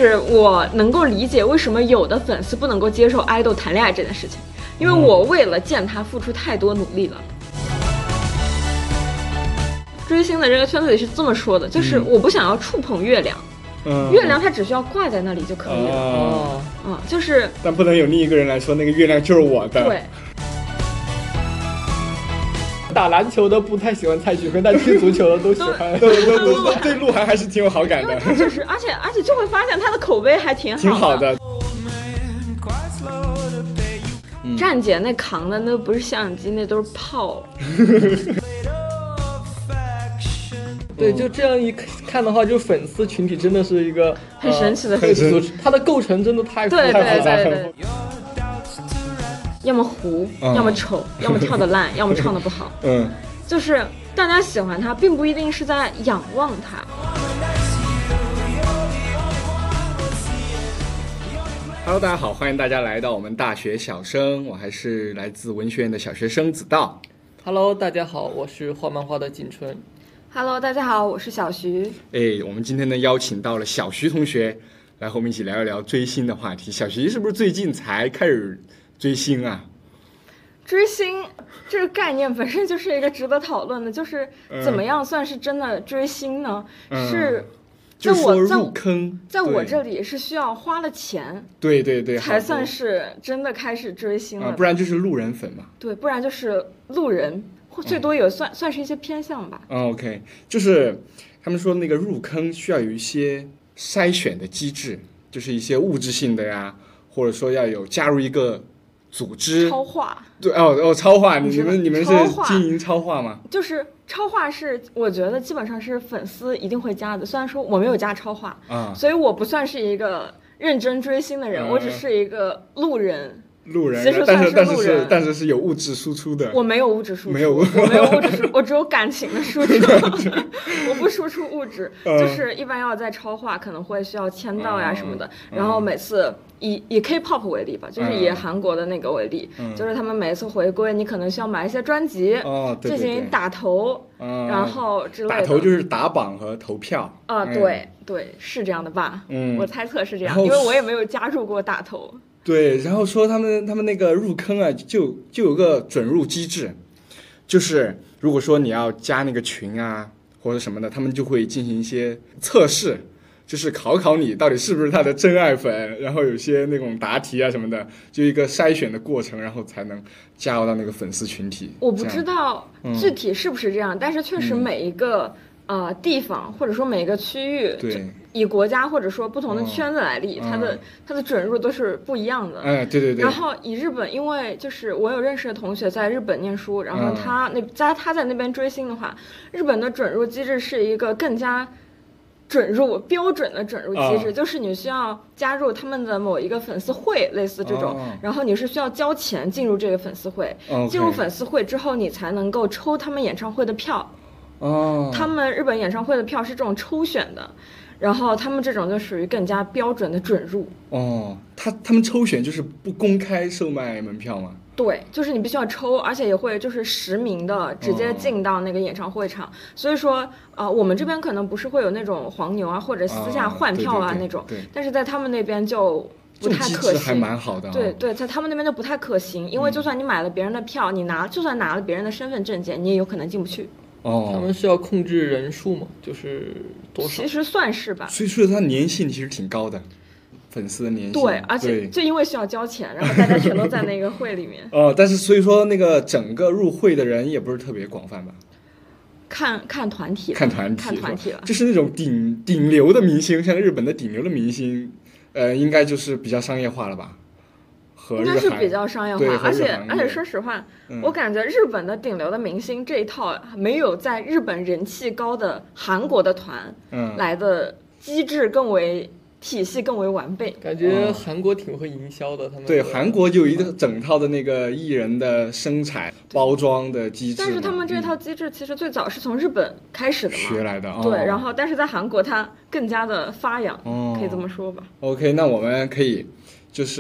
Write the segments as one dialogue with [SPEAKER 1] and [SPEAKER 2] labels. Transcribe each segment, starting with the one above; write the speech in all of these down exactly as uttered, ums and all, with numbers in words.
[SPEAKER 1] 就是我能够理解为什么有的粉丝不能够接受爱豆谈恋爱这件事情，因为我为了见他付出太多努力了。追星的这个圈子里是这么说的，就是我不想要触碰月亮，嗯、月亮它只需要挂在那里就可以了。哦，啊，就是，
[SPEAKER 2] 但不能有另一个人来说那个月亮就是我的。
[SPEAKER 1] 对。
[SPEAKER 3] 打篮球的不太喜欢蔡徐坤，但踢足球的都喜欢。
[SPEAKER 2] 对对对，对鹿晗还是挺有好感的。
[SPEAKER 1] 就是，而且而且就会发现他的口碑还挺好的。
[SPEAKER 2] 挺好的。
[SPEAKER 1] 嗯、站姐那扛的那不是相机，那都是炮。
[SPEAKER 3] 对，就这样一看的话，就粉丝群体真的是一个
[SPEAKER 1] 很神奇的
[SPEAKER 3] 组织，它的构成真的太复杂了。
[SPEAKER 1] 对对对对。要么糊，
[SPEAKER 2] 嗯、
[SPEAKER 1] 要么丑，要么跳得烂，要么唱得不好。
[SPEAKER 2] 嗯，
[SPEAKER 1] 就是大家喜欢他，并不一定是在仰望他。
[SPEAKER 2] Hello， 大家好，欢迎大家来到我们大学小生，我还是来自文学院的小学生子道。
[SPEAKER 3] Hello， 大家好，我是画漫画的景春。
[SPEAKER 1] Hello， 大家好，我是小徐。
[SPEAKER 2] 哎，我们今天呢邀请到了小徐同学来和我们一起聊一聊追星的话题。小徐是不是最近才开始追星啊？
[SPEAKER 1] 追星这个概念本身就是一个值得讨论的，就是怎么样算是真的追星呢？嗯、是在我
[SPEAKER 2] 入坑，
[SPEAKER 1] 在我这里是需要花了钱，
[SPEAKER 2] 对对对，
[SPEAKER 1] 才算是真的开始追星了、
[SPEAKER 2] 啊，不然就是路人粉嘛。
[SPEAKER 1] 对，不然就是路人。最多也算、嗯、算是一些偏向吧。
[SPEAKER 2] 嗯 ，OK， 就是他们说那个入坑需要有一些筛选的机制，就是一些物质性的呀，或者说要有加入一个组织。
[SPEAKER 1] 超话。对
[SPEAKER 2] 哦哦，超话，你们你们是经营超话吗？
[SPEAKER 1] 就是超话是我觉得基本上是粉丝一定会加的，虽然说我没有加超话，啊、嗯，所以我不算是一个认真追星的人，嗯、我只是一一个路人。
[SPEAKER 2] 路人，
[SPEAKER 1] 其实
[SPEAKER 2] 但是但是是但是是有物质输出的。
[SPEAKER 1] 我没有物质输出，
[SPEAKER 2] 没有，
[SPEAKER 1] 我没有物质输出，我只有感情的输出。我不输出物质，嗯、就是一般要在超话可能会需要签到呀什么的。嗯、然后每次以以 K-pop 为例吧，就是以韩国的那个为例，嗯、就是他们每次回归，你可能需要买一些专辑，
[SPEAKER 2] 哦、对对对，
[SPEAKER 1] 进行打头，嗯、然后之类的。
[SPEAKER 2] 打头就是打榜和投票
[SPEAKER 1] 啊，嗯、对对，是这样的吧？嗯，我猜测是这样，因为我也没有加入过打头。
[SPEAKER 2] 对，然后说他们他们那个入坑啊，就就有个准入机制，就是如果说你要加那个群啊或者什么的，他们就会进行一些测试，就是考考你到底是不是他的真爱粉，然后有些那种答题啊什么的，就一个筛选的过程，然后才能加入到那个粉丝群体。
[SPEAKER 1] 我不知道具体是不是这样，嗯、但是确实每一个、嗯、呃地方或者说每一个区域，
[SPEAKER 2] 对。
[SPEAKER 1] 以国家或者说不同的圈子来例，哦、它的它的准入都是不一样的。
[SPEAKER 2] 哎，对对对。
[SPEAKER 1] 然后以日本，因为就是我有认识的同学在日本念书，然后他那在他在那边追星的话，日本的准入机制是一个更加准入标准的准入机制，哦、就是你需要加入他们的某一个粉丝会，类似这种，哦、然后你是需要交钱进入这个粉丝会，
[SPEAKER 2] 哦、
[SPEAKER 1] 进入粉丝会之后，你才能够抽他们演唱会的票。
[SPEAKER 2] 哦。
[SPEAKER 1] 他们日本演唱会的票是这种抽选的。然后他们这种就属于更加标准的准入
[SPEAKER 2] 哦，他他们抽选就是不公开售卖门票吗？
[SPEAKER 1] 对，就是你必须要抽，而且也会就是实名的直接进到那个演唱会场。哦、所以说，呃，我们这边可能不是会有那种黄牛啊，或者私下换票啊、
[SPEAKER 2] 哦、
[SPEAKER 1] 那种，
[SPEAKER 2] 对对对，
[SPEAKER 1] 但是在他们那边就不太可行，
[SPEAKER 2] 还蛮好的、哦。
[SPEAKER 1] 对对，在他们那边就不太可行，因为就算你买了别人的票，嗯、你拿就算拿了别人的身份证件，你也有可能进不去。
[SPEAKER 2] 哦，
[SPEAKER 3] 他们是要控制人数吗？就是多少？
[SPEAKER 1] 其实算是吧。
[SPEAKER 2] 所以说他粘性其实挺高的，粉丝的粘性。
[SPEAKER 1] 对，而且就因为需要交钱，然后大家全都在那个会里面。
[SPEAKER 2] 哦，但是所以说那个整个入会的人也不是特别广泛吧？
[SPEAKER 1] 看看团体，
[SPEAKER 2] 看团体，
[SPEAKER 1] 看团体了。
[SPEAKER 2] 就是那种顶顶流的明星，像日本的顶流的明星，呃，应该就是比较商业化了吧？
[SPEAKER 1] 应该是比较商业化，而且而且说实话、嗯，我感觉日本的顶流的明星这一套没有在日本人气高的韩国的团来的机制更为体系更为完备。
[SPEAKER 3] 感觉韩国挺会营销的，他们
[SPEAKER 2] 对韩国就有一个整套的那个艺人的生产包装的机制，
[SPEAKER 1] 但是他们这套机制其实最早是从日本开始的嘛，
[SPEAKER 2] 学来的。哦、
[SPEAKER 1] 对，然后但是在韩国它更加的发扬，哦、可以这么说吧。
[SPEAKER 2] OK， 那我们可以就是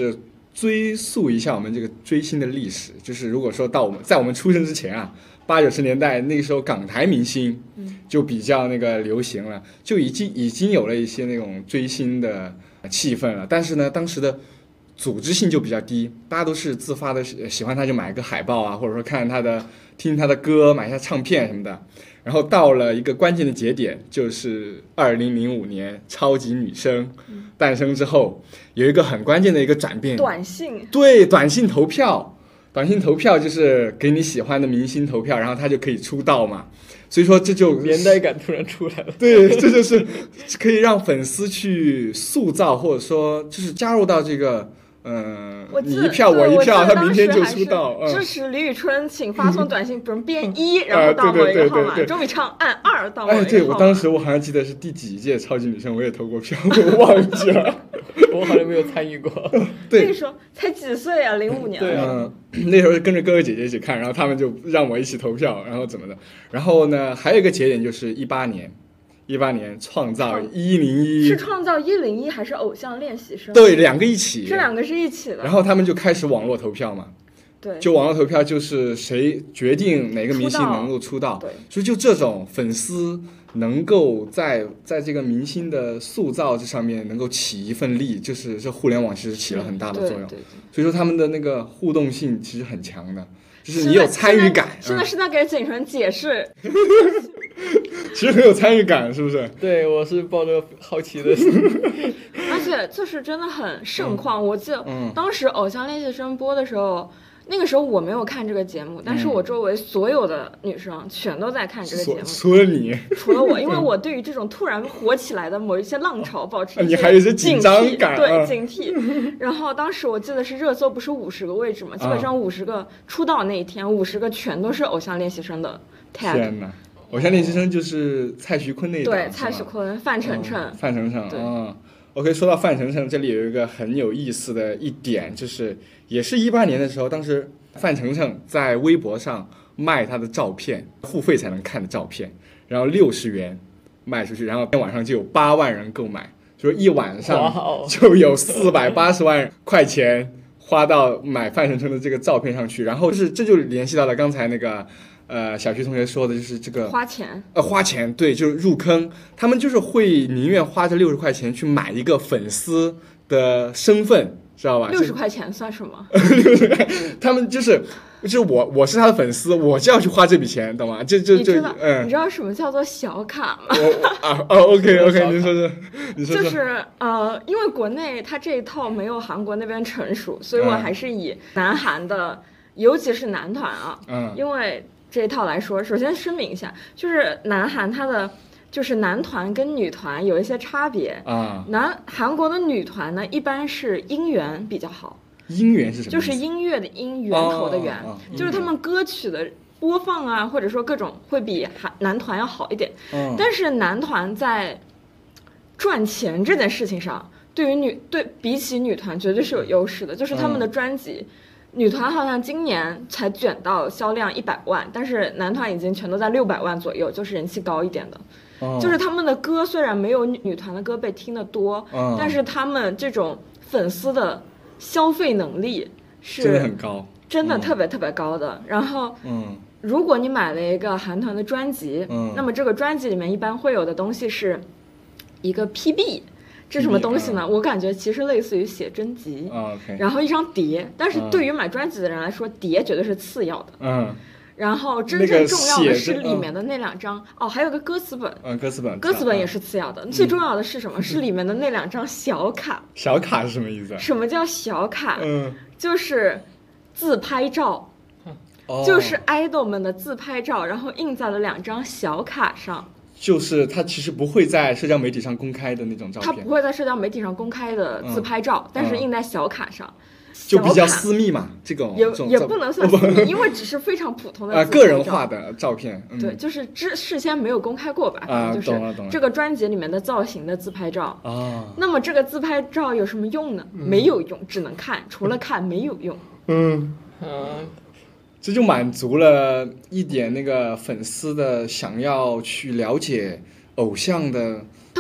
[SPEAKER 2] 追溯一下我们这个追星的历史，就是如果说到我们在我们出生之前啊，八九十年代那个时候港台明星就比较那个流行了，就已经已经有了一些那种追星的气氛了。但是呢，当时的组织性就比较低，大家都是自发的，喜欢他就买个海报啊，或者说看他的听他的歌，买一下唱片什么的。然后到了一个关键的节点，就是二零零五年超级女声诞生之后，有一个很关键的一个转变，
[SPEAKER 1] 短信，
[SPEAKER 2] 对，短信投票，短信投票就是给你喜欢的明星投票，然后他就可以出道嘛。所以说这就
[SPEAKER 3] 年代感突然出来了。
[SPEAKER 2] 对，这就是可以让粉丝去塑造，或者说就是加入到这个。嗯，你一票我一票，他明天就出道。
[SPEAKER 1] 嗯、支持李宇春，请发送短信，比如编一，然后到某一个号码。周笔畅按二到某一个号码。
[SPEAKER 2] 哎，对，我当时我好像记得是第几届超级女声，我也投过票，我忘记了，
[SPEAKER 3] 我好像没有参与过。
[SPEAKER 2] 对，
[SPEAKER 1] 那个时候才几岁啊，零五年。
[SPEAKER 3] 对
[SPEAKER 2] 啊，嗯，那时候跟着哥哥姐姐一起看，然后他们就让我一起投票，然后怎么的。然后呢，还有一个节点就是一八年。一八年创造一零一，
[SPEAKER 1] 是创造一零一还是偶像练习生？
[SPEAKER 2] 对，两个一起，
[SPEAKER 1] 这两个是一起的。
[SPEAKER 2] 然后他们就开始网络投票嘛，
[SPEAKER 1] 对，
[SPEAKER 2] 就网络投票就是谁决定哪个明星能够出道，
[SPEAKER 1] 对，
[SPEAKER 2] 所以就这种粉丝能够在在这个明星的塑造这上面能够起一份力，就是这互联网其实起了很大的作用，
[SPEAKER 1] 对对对，
[SPEAKER 2] 所以说他们的那个互动性其实很强的，就是你有参与感。
[SPEAKER 1] 现在是在给景纯解释。
[SPEAKER 2] 其实很有参与感，是不是？
[SPEAKER 3] 对，我是抱着好奇的心。
[SPEAKER 1] 而且就是真的很盛况，
[SPEAKER 2] 嗯、
[SPEAKER 1] 我记得当时《偶像练习生》播的时候，那个时候我没有看这个节目，但是我周围所有的女生全都在看这个节目，
[SPEAKER 2] 除了你，
[SPEAKER 1] 除了我，因为我对于这种突然火起来的某一些浪潮保持一些
[SPEAKER 2] 你还有一些紧张感，
[SPEAKER 1] 对，警惕。然后当时我记得是热搜不是五十个位置嘛，基本上五十个出道那一天，五十个全都是《偶像练习生》的 tag。
[SPEAKER 2] 天哪！偶像练习生就是蔡徐坤那一档，
[SPEAKER 1] 对，蔡徐坤、范丞丞、
[SPEAKER 2] 嗯、范丞丞，
[SPEAKER 1] 对。
[SPEAKER 2] 嗯 OK， 说到范丞丞，这里有一个很有意思的一点，就是也是一八年的时候，当时范丞丞在微博上卖他的照片，付费才能看的照片，然后六十元卖出去，然后天晚上就有八万人购买，就是一晚上就有四百八十万块钱花到买范丞丞的这个照片上去，然后就是这就联系到了刚才那个。呃，小徐同学说的就是这个
[SPEAKER 1] 花钱，
[SPEAKER 2] 呃，花钱，对，就是入坑，他们就是会宁愿花这六十块钱去买一个粉丝的身份，知道吧？
[SPEAKER 1] 六十块钱算什么？
[SPEAKER 2] 六十块，他们就是就是我我是他的粉丝，我就要去花这笔钱，懂吗？就就就嗯，
[SPEAKER 1] 你知道什么叫做小卡吗？
[SPEAKER 2] 我啊哦 ，OK OK， 您说说，你说说，
[SPEAKER 1] 就是呃，因为国内它这一套没有韩国那边成熟，所以我还是以南韩的，嗯、尤其是男团啊，
[SPEAKER 2] 嗯，
[SPEAKER 1] 因为。这一套来说，首先声明一下，就是南韩它的就是男团跟女团有一些差别
[SPEAKER 2] 啊。
[SPEAKER 1] 南韩国的女团呢，一般是音源比较好。
[SPEAKER 2] 音源是什么？
[SPEAKER 1] 就是音乐的音，源头的源，
[SPEAKER 2] 哦哦、
[SPEAKER 1] 就是他们歌曲的播放啊，或者说各种会比韩男团要好一点。
[SPEAKER 2] 嗯、
[SPEAKER 1] 但是男团在赚钱这件事情上，对于女对比起女团绝对是有优势的，就是他们的专辑。嗯女团好像今年才卷到销量一百万，但是男团已经全都在六百万左右，就是人气高一点的。
[SPEAKER 2] 哦、
[SPEAKER 1] 就是他们的歌虽然没有女团的歌被听得多，
[SPEAKER 2] 哦、
[SPEAKER 1] 但是他们这种粉丝的消费能力是
[SPEAKER 2] 真的很高，
[SPEAKER 1] 真的特别特别高的。嗯、然后，
[SPEAKER 2] 嗯，
[SPEAKER 1] 如果你买了一个韩团的专辑，
[SPEAKER 2] 嗯，
[SPEAKER 1] 那么这个专辑里面一般会有的东西是一个 P B。这什么东西呢？我感觉其实类似于写真集，
[SPEAKER 2] 哦 okay、
[SPEAKER 1] 然后一张碟。但是对于买专辑的人来说，碟绝对是次要的。
[SPEAKER 2] 嗯。
[SPEAKER 1] 然后真正重要的是里面的那两张、那个、哦，还有个歌词本。
[SPEAKER 2] 嗯，歌词本。
[SPEAKER 1] 歌词本也是次要的。嗯、最重要的是什么？是里面的那两张小卡。
[SPEAKER 2] 小卡是什么意思？
[SPEAKER 1] 什么叫小卡？
[SPEAKER 2] 嗯，
[SPEAKER 1] 就是自拍照，
[SPEAKER 2] 哦、
[SPEAKER 1] 就是 idol 们的自拍照，然后印在了两张小卡上。
[SPEAKER 2] 就是他其实不会在社交媒体上公开的那种照片，
[SPEAKER 1] 他不会在社交媒体上公开的自拍照，嗯、但是印在小卡上，嗯、
[SPEAKER 2] 就比较私密嘛。这种
[SPEAKER 1] 也也不能算私密，因为只是非常普通的
[SPEAKER 2] 啊个人化的照片。嗯、
[SPEAKER 1] 对，就是之事先没有公开过吧？
[SPEAKER 2] 啊，
[SPEAKER 1] 就是这个专辑里面的造型的自拍照
[SPEAKER 2] 啊。
[SPEAKER 1] 那么这个自拍照有什么用呢？
[SPEAKER 2] 嗯、
[SPEAKER 1] 没有用，只能看，除了看没有用。
[SPEAKER 2] 嗯
[SPEAKER 3] 啊。
[SPEAKER 2] 这就满足了一点那个粉丝的想要去了解偶像的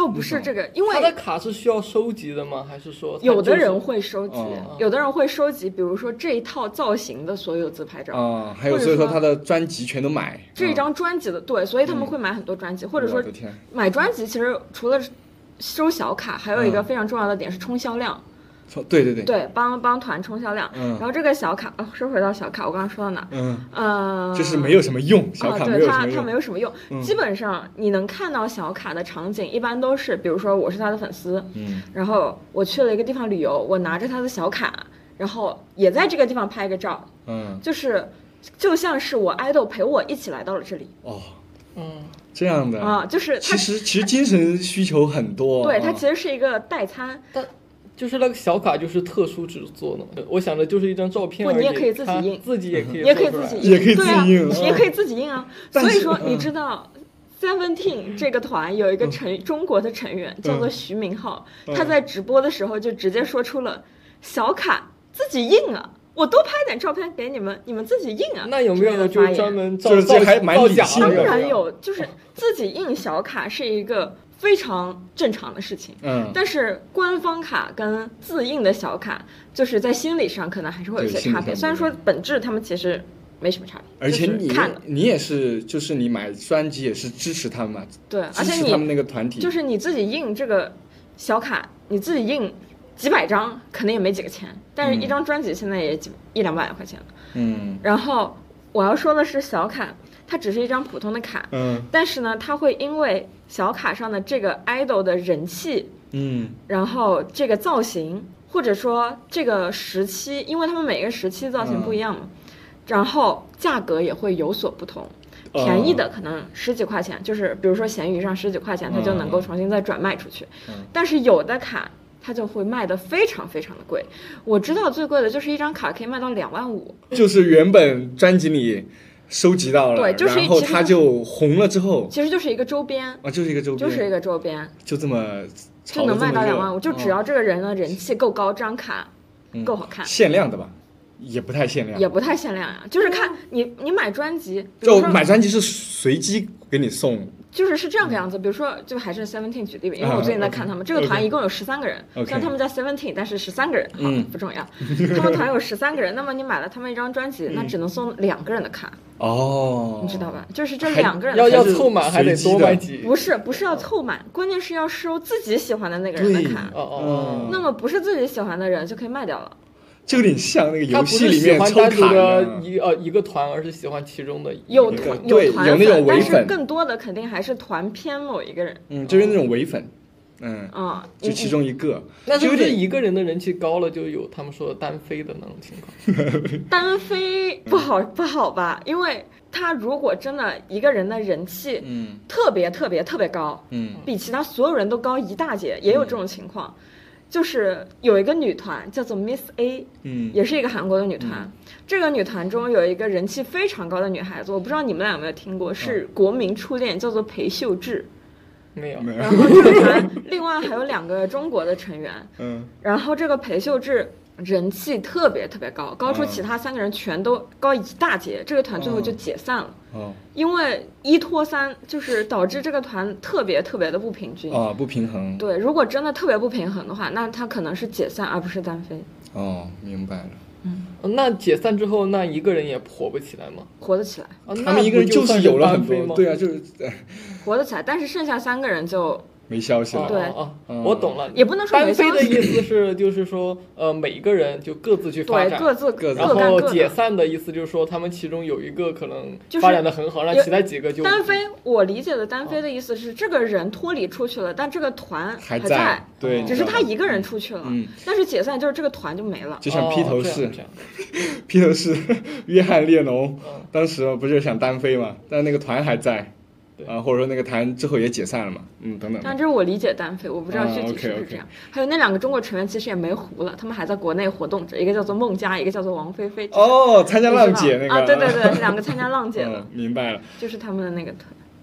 [SPEAKER 1] 倒不是这个，因为
[SPEAKER 3] 他的卡是需要收集的吗？还是说
[SPEAKER 1] 有的人会收集，
[SPEAKER 2] 哦、
[SPEAKER 1] 有的人会收集，比如说这一套造型的所有自拍照，
[SPEAKER 2] 哦、还有所以说他的专辑全都买
[SPEAKER 1] 这一张专辑的，对，所以他们会买很多专辑，
[SPEAKER 2] 嗯、
[SPEAKER 1] 或者说买专辑，其实除了收小卡，还有一个非常重要的点是冲销量。
[SPEAKER 2] 对对对，
[SPEAKER 1] 对，帮帮团冲销量。嗯，然后这个小卡，哦，说回到小卡，我刚刚说到哪？
[SPEAKER 2] 嗯，
[SPEAKER 1] 呃，
[SPEAKER 2] 就是没有什么用，小卡没有什么用。
[SPEAKER 1] 哦、对，它它没有什么用、
[SPEAKER 2] 嗯。
[SPEAKER 1] 基本上你能看到小卡的场景，一般都是，比如说我是他的粉丝，
[SPEAKER 2] 嗯，
[SPEAKER 1] 然后我去了一个地方旅游，我拿着他的小卡，然后也在这个地方拍个照，
[SPEAKER 2] 嗯，
[SPEAKER 1] 就是就像是我爱豆陪我一起来到了这里。
[SPEAKER 2] 哦，
[SPEAKER 3] 嗯。
[SPEAKER 2] 这样的
[SPEAKER 1] 啊，就是
[SPEAKER 2] 其实其实精神需求很多，
[SPEAKER 1] 对，它其实是一个代餐，
[SPEAKER 3] 但就是那个小卡就是特殊制作的，我想的就是一张照片而已，
[SPEAKER 1] 你也可以自己印，
[SPEAKER 3] 自己也可以，
[SPEAKER 1] 也可以自己印，
[SPEAKER 2] 也可以自己印，
[SPEAKER 1] 对啊，也可以自己印啊。所以说，你知道 Seventeen 这个团有一个成、嗯、中国的成员叫做徐明浩、嗯，他在直播的时候就直接说出了小卡自己印啊。我多拍点照片给你们，你们自己印啊。
[SPEAKER 3] 那有没有就专门造
[SPEAKER 2] 就是还蛮理性
[SPEAKER 1] 的？当然有，就是自己印小卡是一个非常正常的事情。
[SPEAKER 2] 嗯。
[SPEAKER 1] 但是官方卡跟自印的小卡，就是在心理上可能还是会有一些差别。虽然说本质他们其实没什么差别。
[SPEAKER 2] 而且你、
[SPEAKER 1] 就是、看
[SPEAKER 2] 你也是，就是你买专辑也是支持他们嘛？
[SPEAKER 1] 对，
[SPEAKER 2] 而且你支持他们那个团体。
[SPEAKER 1] 就是你自己印这个小卡，你自己印。几百张肯定也没几个钱，但是一张专辑现在也几、嗯、一两百块钱了。
[SPEAKER 2] 嗯，
[SPEAKER 1] 然后我要说的是小卡，它只是一张普通的卡，
[SPEAKER 2] 嗯，
[SPEAKER 1] 但是呢，它会因为小卡上的这个 idol 的人气，
[SPEAKER 2] 嗯，
[SPEAKER 1] 然后这个造型，或者说这个时期，因为他们每个时期造型不一样嘛，嗯、然后价格也会有所不同。便宜的可能十几块钱，嗯、就是比如说闲鱼上十几块钱，它就能够重新再转卖出去。
[SPEAKER 2] 嗯、
[SPEAKER 1] 但是有的卡。它就会卖得非常非常的贵，我知道最贵的就是一张卡可以卖到两万五，
[SPEAKER 2] 就是原本专辑里收集到了，
[SPEAKER 1] 对，就是
[SPEAKER 2] 然后它就红了之后，
[SPEAKER 1] 其实就是一个周边
[SPEAKER 2] 啊，就是一个周边，
[SPEAKER 1] 就是一个周边，
[SPEAKER 2] 就这么
[SPEAKER 1] 就能卖到两万五，就只要这个人的人气够高，这张卡够好看，
[SPEAKER 2] 嗯、限量的吧？也不太限量，
[SPEAKER 1] 也不太限量呀、啊，就是看你你买专辑，
[SPEAKER 2] 就买专辑是随机给你送。
[SPEAKER 1] 就是是这样个样子，比如说，就还是 Seventeen 举例吧，因为我最近在看他们、uh, okay, 这个团一共有十三个人，
[SPEAKER 2] okay.
[SPEAKER 1] 虽然他们叫 Seventeen， 但是十三个人，好、
[SPEAKER 2] 嗯，
[SPEAKER 1] 不重要。他们团有十三个人，那么你买了他们一张专辑，那只能送两个人的卡。
[SPEAKER 2] 哦，
[SPEAKER 1] 你知道吧？就是这两个人
[SPEAKER 3] 要要凑满还得多买几。
[SPEAKER 1] 不是不是要凑满，关键是要收自己喜欢的那个人的卡。
[SPEAKER 3] 哦哦。
[SPEAKER 1] 那么不是自己喜欢的人就可以卖掉了。
[SPEAKER 2] 就有点像那个游戏里面抽卡
[SPEAKER 3] 的一呃一个团，而是喜欢其中的一
[SPEAKER 1] 有团有团
[SPEAKER 2] 有那种唯粉，
[SPEAKER 1] 但是更多的肯定还是团偏某一个人。
[SPEAKER 2] 嗯，就是那种唯粉，嗯
[SPEAKER 1] 啊、
[SPEAKER 2] 嗯，就其中一个。
[SPEAKER 3] 那是不是一个人的人气高了，就有他们说的单飞的那种情况？
[SPEAKER 1] 单飞不好不好吧？因为他如果真的一个人的人气
[SPEAKER 2] 嗯
[SPEAKER 1] 特别特别特别高，
[SPEAKER 2] 嗯，
[SPEAKER 1] 比其他所有人都高一大截，也有这种情况。嗯，就是有一个女团叫做 Miss A，
[SPEAKER 2] 嗯，
[SPEAKER 1] 也是一个韩国的女团、
[SPEAKER 2] 嗯。
[SPEAKER 1] 这个女团中有一个人气非常高的女孩子，我不知道你们俩有没有听过，是国民初恋，叫做裴秀智。
[SPEAKER 3] 没有。
[SPEAKER 1] 然后这个团另外还有两个中国的成员，
[SPEAKER 2] 嗯，
[SPEAKER 1] 然后这个裴秀智人气特别特别高，高出其他三个人全都高一大截，这个团最后就解散了。
[SPEAKER 2] 哦，
[SPEAKER 1] 因为一拖三，就是导致这个团特别特别的不平均
[SPEAKER 2] 啊、哦，不平衡。
[SPEAKER 1] 对，如果真的特别不平衡的话，那他可能是解散而不是单飞。
[SPEAKER 2] 哦，明白了。
[SPEAKER 1] 嗯，
[SPEAKER 3] 那解散之后，那一个人也活不起来吗？
[SPEAKER 1] 活得起来。
[SPEAKER 3] 啊、
[SPEAKER 2] 他们一个人就是有了很多，对啊，就是
[SPEAKER 1] 活得起来，但是剩下三个人就。
[SPEAKER 2] 没消息了。
[SPEAKER 1] 对，
[SPEAKER 3] 哦哦，我懂了。
[SPEAKER 1] 也不能说
[SPEAKER 3] 单飞的意思是，就是说，呃，每一个人就各自去发展，
[SPEAKER 1] 对，各自各
[SPEAKER 3] 自。然后解散的意思就是说，他们其中有一个可能发展的很好，让其他几个就
[SPEAKER 1] 单飞。我理解的单飞的意思是，这个人脱离出去了，但这个团
[SPEAKER 2] 还
[SPEAKER 1] 在，
[SPEAKER 2] 对，
[SPEAKER 1] 只是他一个人出去了。
[SPEAKER 2] 嗯，
[SPEAKER 1] 但是解散就是这个团就没了。
[SPEAKER 2] 就像披头士，披头士约翰列侬当时不是想单飞嘛，但那个团还在。啊，或者说那个团之后也解散了嘛，嗯，等等。
[SPEAKER 1] 但这是我理解单飞，我不知道具体是不是这样。
[SPEAKER 2] 啊、okay, okay
[SPEAKER 1] 还有那两个中国成员其实也没糊了，他们还在国内活动着，一个叫做孟佳，一个叫做王菲菲。
[SPEAKER 2] 哦，参加浪姐那个
[SPEAKER 1] 啊，对对对，是两个参加浪姐的、
[SPEAKER 2] 嗯。明白了，
[SPEAKER 1] 就是他们的那个团。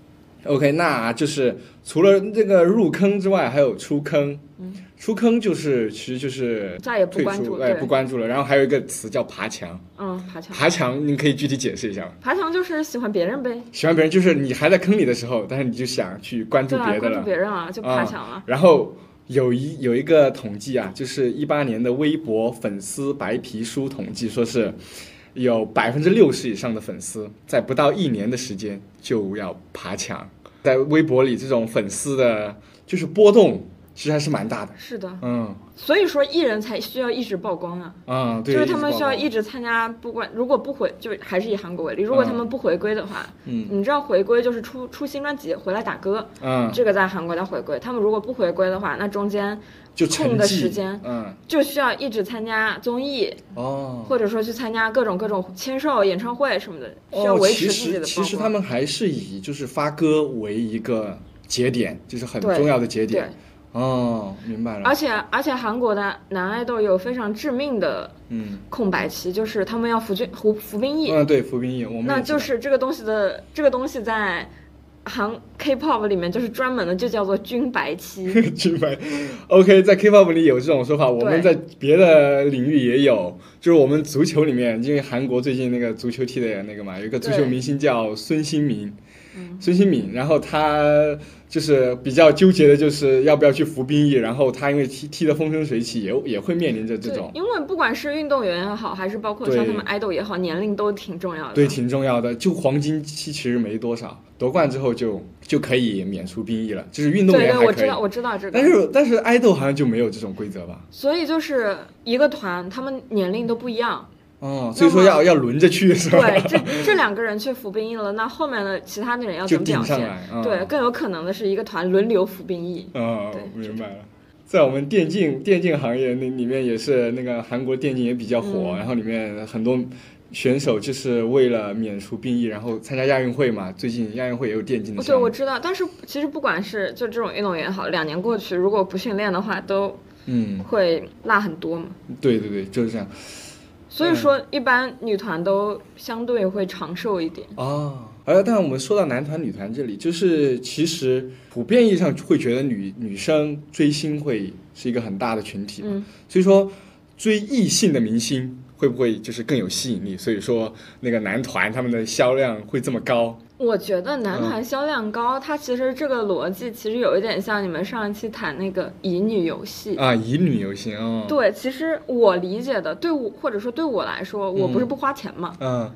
[SPEAKER 2] OK， 那就是除了这个入坑之外，还有出坑。
[SPEAKER 1] 嗯，
[SPEAKER 2] 出坑就是其实就是
[SPEAKER 1] 再也不关注，
[SPEAKER 2] 哎，不关注了。然后还有一个词叫爬墙。
[SPEAKER 1] 嗯，爬墙。
[SPEAKER 2] 爬墙，您可以具体解释一下吗？
[SPEAKER 1] 爬墙就是喜欢别人呗。
[SPEAKER 2] 喜欢别人就是你还在坑里的时候，但是你就想去关注别的了。
[SPEAKER 1] 关注别人啊，就爬墙了。
[SPEAKER 2] 嗯、然后有一有一个统计啊，就是一八年的微博粉丝白皮书统计，说是有百分之六十以上的粉丝在不到一年的时间就要爬墙。在微博里，这种粉丝的就是波动其实还是蛮大的。
[SPEAKER 1] 是的，
[SPEAKER 2] 嗯，
[SPEAKER 1] 所以说艺人才需要一直曝光啊。
[SPEAKER 2] 嗯，对，
[SPEAKER 1] 就是他们需要一直参加，不管如果不回，就还是以韩国为例，如果他们不回归的话，
[SPEAKER 2] 嗯，
[SPEAKER 1] 你知道回归就是出出新专辑回来打歌，
[SPEAKER 2] 嗯，
[SPEAKER 1] 这个在韩国叫回归。他们如果不回归的话，那中间
[SPEAKER 2] 就
[SPEAKER 1] 空的时间，
[SPEAKER 2] 嗯，
[SPEAKER 1] 就需要一直参加综艺，
[SPEAKER 2] 哦，
[SPEAKER 1] 或者说去参加各种各种签售、演唱会什么的，需要维持自己的曝光。
[SPEAKER 2] 哦、其实其实他们还是以就是发歌为一个节点，就是很重要的节点。
[SPEAKER 1] 对。
[SPEAKER 2] 哦，明白了。
[SPEAKER 1] 而且而且韩国的男爱豆有非常致命的嗯空白期，嗯、就是他们要服军服服兵役。
[SPEAKER 2] 嗯，对，服兵役，我们
[SPEAKER 1] 那就是这个东西的这个东西在韩 K-pop 里面就是专门的就叫做军白期。
[SPEAKER 2] 军白 ，OK， 在 K-pop 里有这种说法，我们在别的领域也有，就是我们足球里面，因为韩国最近那个足球踢的那个嘛，有一个足球明星叫孙兴民。孙兴敏，然后他就是比较纠结的，就是要不要去服兵役。然后他因为踢踢得风生水起，也也会面临着这种。
[SPEAKER 1] 因为不管是运动员也好，还是包括像他们爱豆也好，年龄都挺重要的。
[SPEAKER 2] 对，挺重要的。就黄金期其实没多少，夺冠之后就就可以免除兵役了。就是运动员还可以。
[SPEAKER 1] 对对，我知道，我知道这个。
[SPEAKER 2] 但是但是爱豆好像就没有这种规则吧？
[SPEAKER 1] 所以就是一个团，他们年龄都不一样。
[SPEAKER 2] 哦，所以说要要轮着去是吧？
[SPEAKER 1] 对，这这两个人去服兵役了，那后面的其他的人要怎么表现？
[SPEAKER 2] 嗯、
[SPEAKER 1] 对，更有可能的是一个团轮流服兵役。
[SPEAKER 2] 哦，明白了。在我们电竞电竞行业那里面也是那个韩国电竞也比较火，嗯、然后里面很多选手就是为了免除兵役，然后参加亚运会嘛。最近亚运会也有电竞的项目。
[SPEAKER 1] 对，我知道，但是其实不管是就这种运动员也好，两年过去，如果不训练的话，都嗯会落很多嘛。
[SPEAKER 2] 对对对，就是这样。
[SPEAKER 1] 所以说，一般女团都相对会长寿一点
[SPEAKER 2] 哦。而但我们说到男团、女团这里，就是其实普遍意义上会觉得女女生追星会是一个很大的群体嘛，嗯、所以说追异性的明星会不会就是更有吸引力？所以说那个男团他们的销量会这么高？
[SPEAKER 1] 我觉得男团销量高，嗯、它其实这个逻辑其实有一点像你们上一期谈那个乙女游戏
[SPEAKER 2] 啊，乙女游戏哦。
[SPEAKER 1] 对，其实我理解的，对我或者说对我来说，我不是不花钱嘛，
[SPEAKER 2] 嗯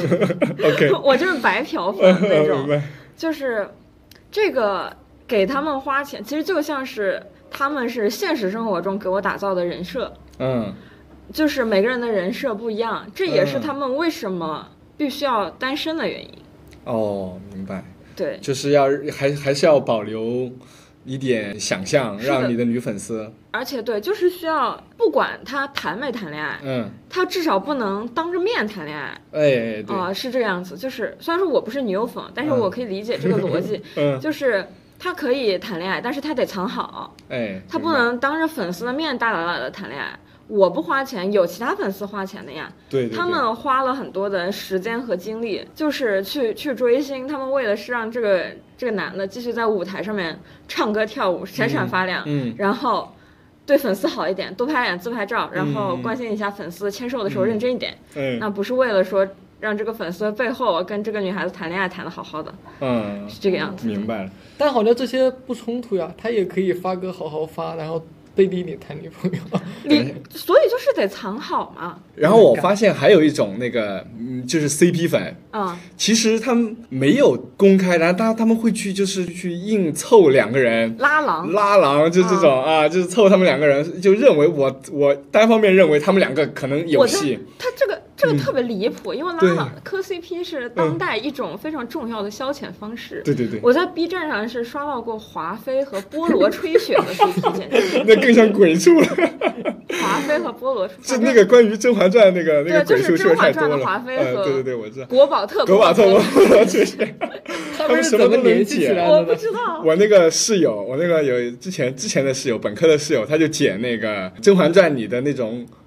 [SPEAKER 1] ，OK， 我就是白嫖粉那种，嗯、就是这个给他们花钱，其实就像是他们是现实生活中给我打造的人设，嗯，就是每个人的人设不一样，这也是他们为什么必须要单身的原因。
[SPEAKER 2] 哦，明白。
[SPEAKER 1] 对，
[SPEAKER 2] 就是要还还是要保留一点想象，让你的女粉丝。
[SPEAKER 1] 而且对，就是需要不管他谈没谈恋爱，嗯，他至少不能当着面谈恋爱。
[SPEAKER 2] 哎，对
[SPEAKER 1] 啊、呃，是这个样子。就是虽然说我不是女友粉，但是我可以理解这个逻辑。嗯，就是他可以谈恋爱，但是他得藏好。
[SPEAKER 2] 哎，
[SPEAKER 1] 他不能当着粉丝的面大喇喇的谈恋爱。我不花钱，有其他粉丝花钱的呀。
[SPEAKER 2] 对, 对, 对，
[SPEAKER 1] 他们花了很多的时间和精力，就是去去追星。他们为的是让这个这个男的继续在舞台上面唱歌跳舞，闪闪发亮。嗯，嗯然后对粉丝好一点，多拍点自拍照，然后关心一下粉丝，签售的时候认真一点。嗯，那不是为了说让这个粉丝背后跟这个女孩子谈恋爱谈得好好的。嗯，是这个样子。
[SPEAKER 2] 明白了。
[SPEAKER 3] 但好像这些不冲突呀，他也可以发歌好好发，然后背地里谈女朋友，
[SPEAKER 1] 你所以就是得藏好嘛。
[SPEAKER 2] 然后我发现还有一种那个，嗯，就是 C P 粉，啊、嗯，其实他们没有公开，然后他他们会去就是去硬凑两个人，
[SPEAKER 1] 拉郎，
[SPEAKER 2] 拉郎就这种、嗯、啊，就是凑他们两个人，就认为我我单方面认为他们两个可能有戏。
[SPEAKER 1] 他这个这个特别离谱、嗯，因为拉郎磕 C P 是当代一种非常重要的消遣方式。
[SPEAKER 2] 对对对，
[SPEAKER 1] 我在 B 站上是刷到过华妃和菠萝吹雪的 C P 简直。
[SPEAKER 2] 那更像鬼畜了。
[SPEAKER 1] 华妃和菠萝，
[SPEAKER 2] 是那个关于《甄嬛传》那个那个鬼畜
[SPEAKER 1] 就是《甄嬛传》的华妃和、
[SPEAKER 2] 呃、对对对，我知道。
[SPEAKER 1] 国宝特
[SPEAKER 2] 国宝特菠萝吹雪，
[SPEAKER 3] 他们是怎么联系起来的？
[SPEAKER 1] 我不知道。
[SPEAKER 2] 我那个室友，我那个有之前之前的室友，本科的室友，他就剪那个《甄嬛传》里的那种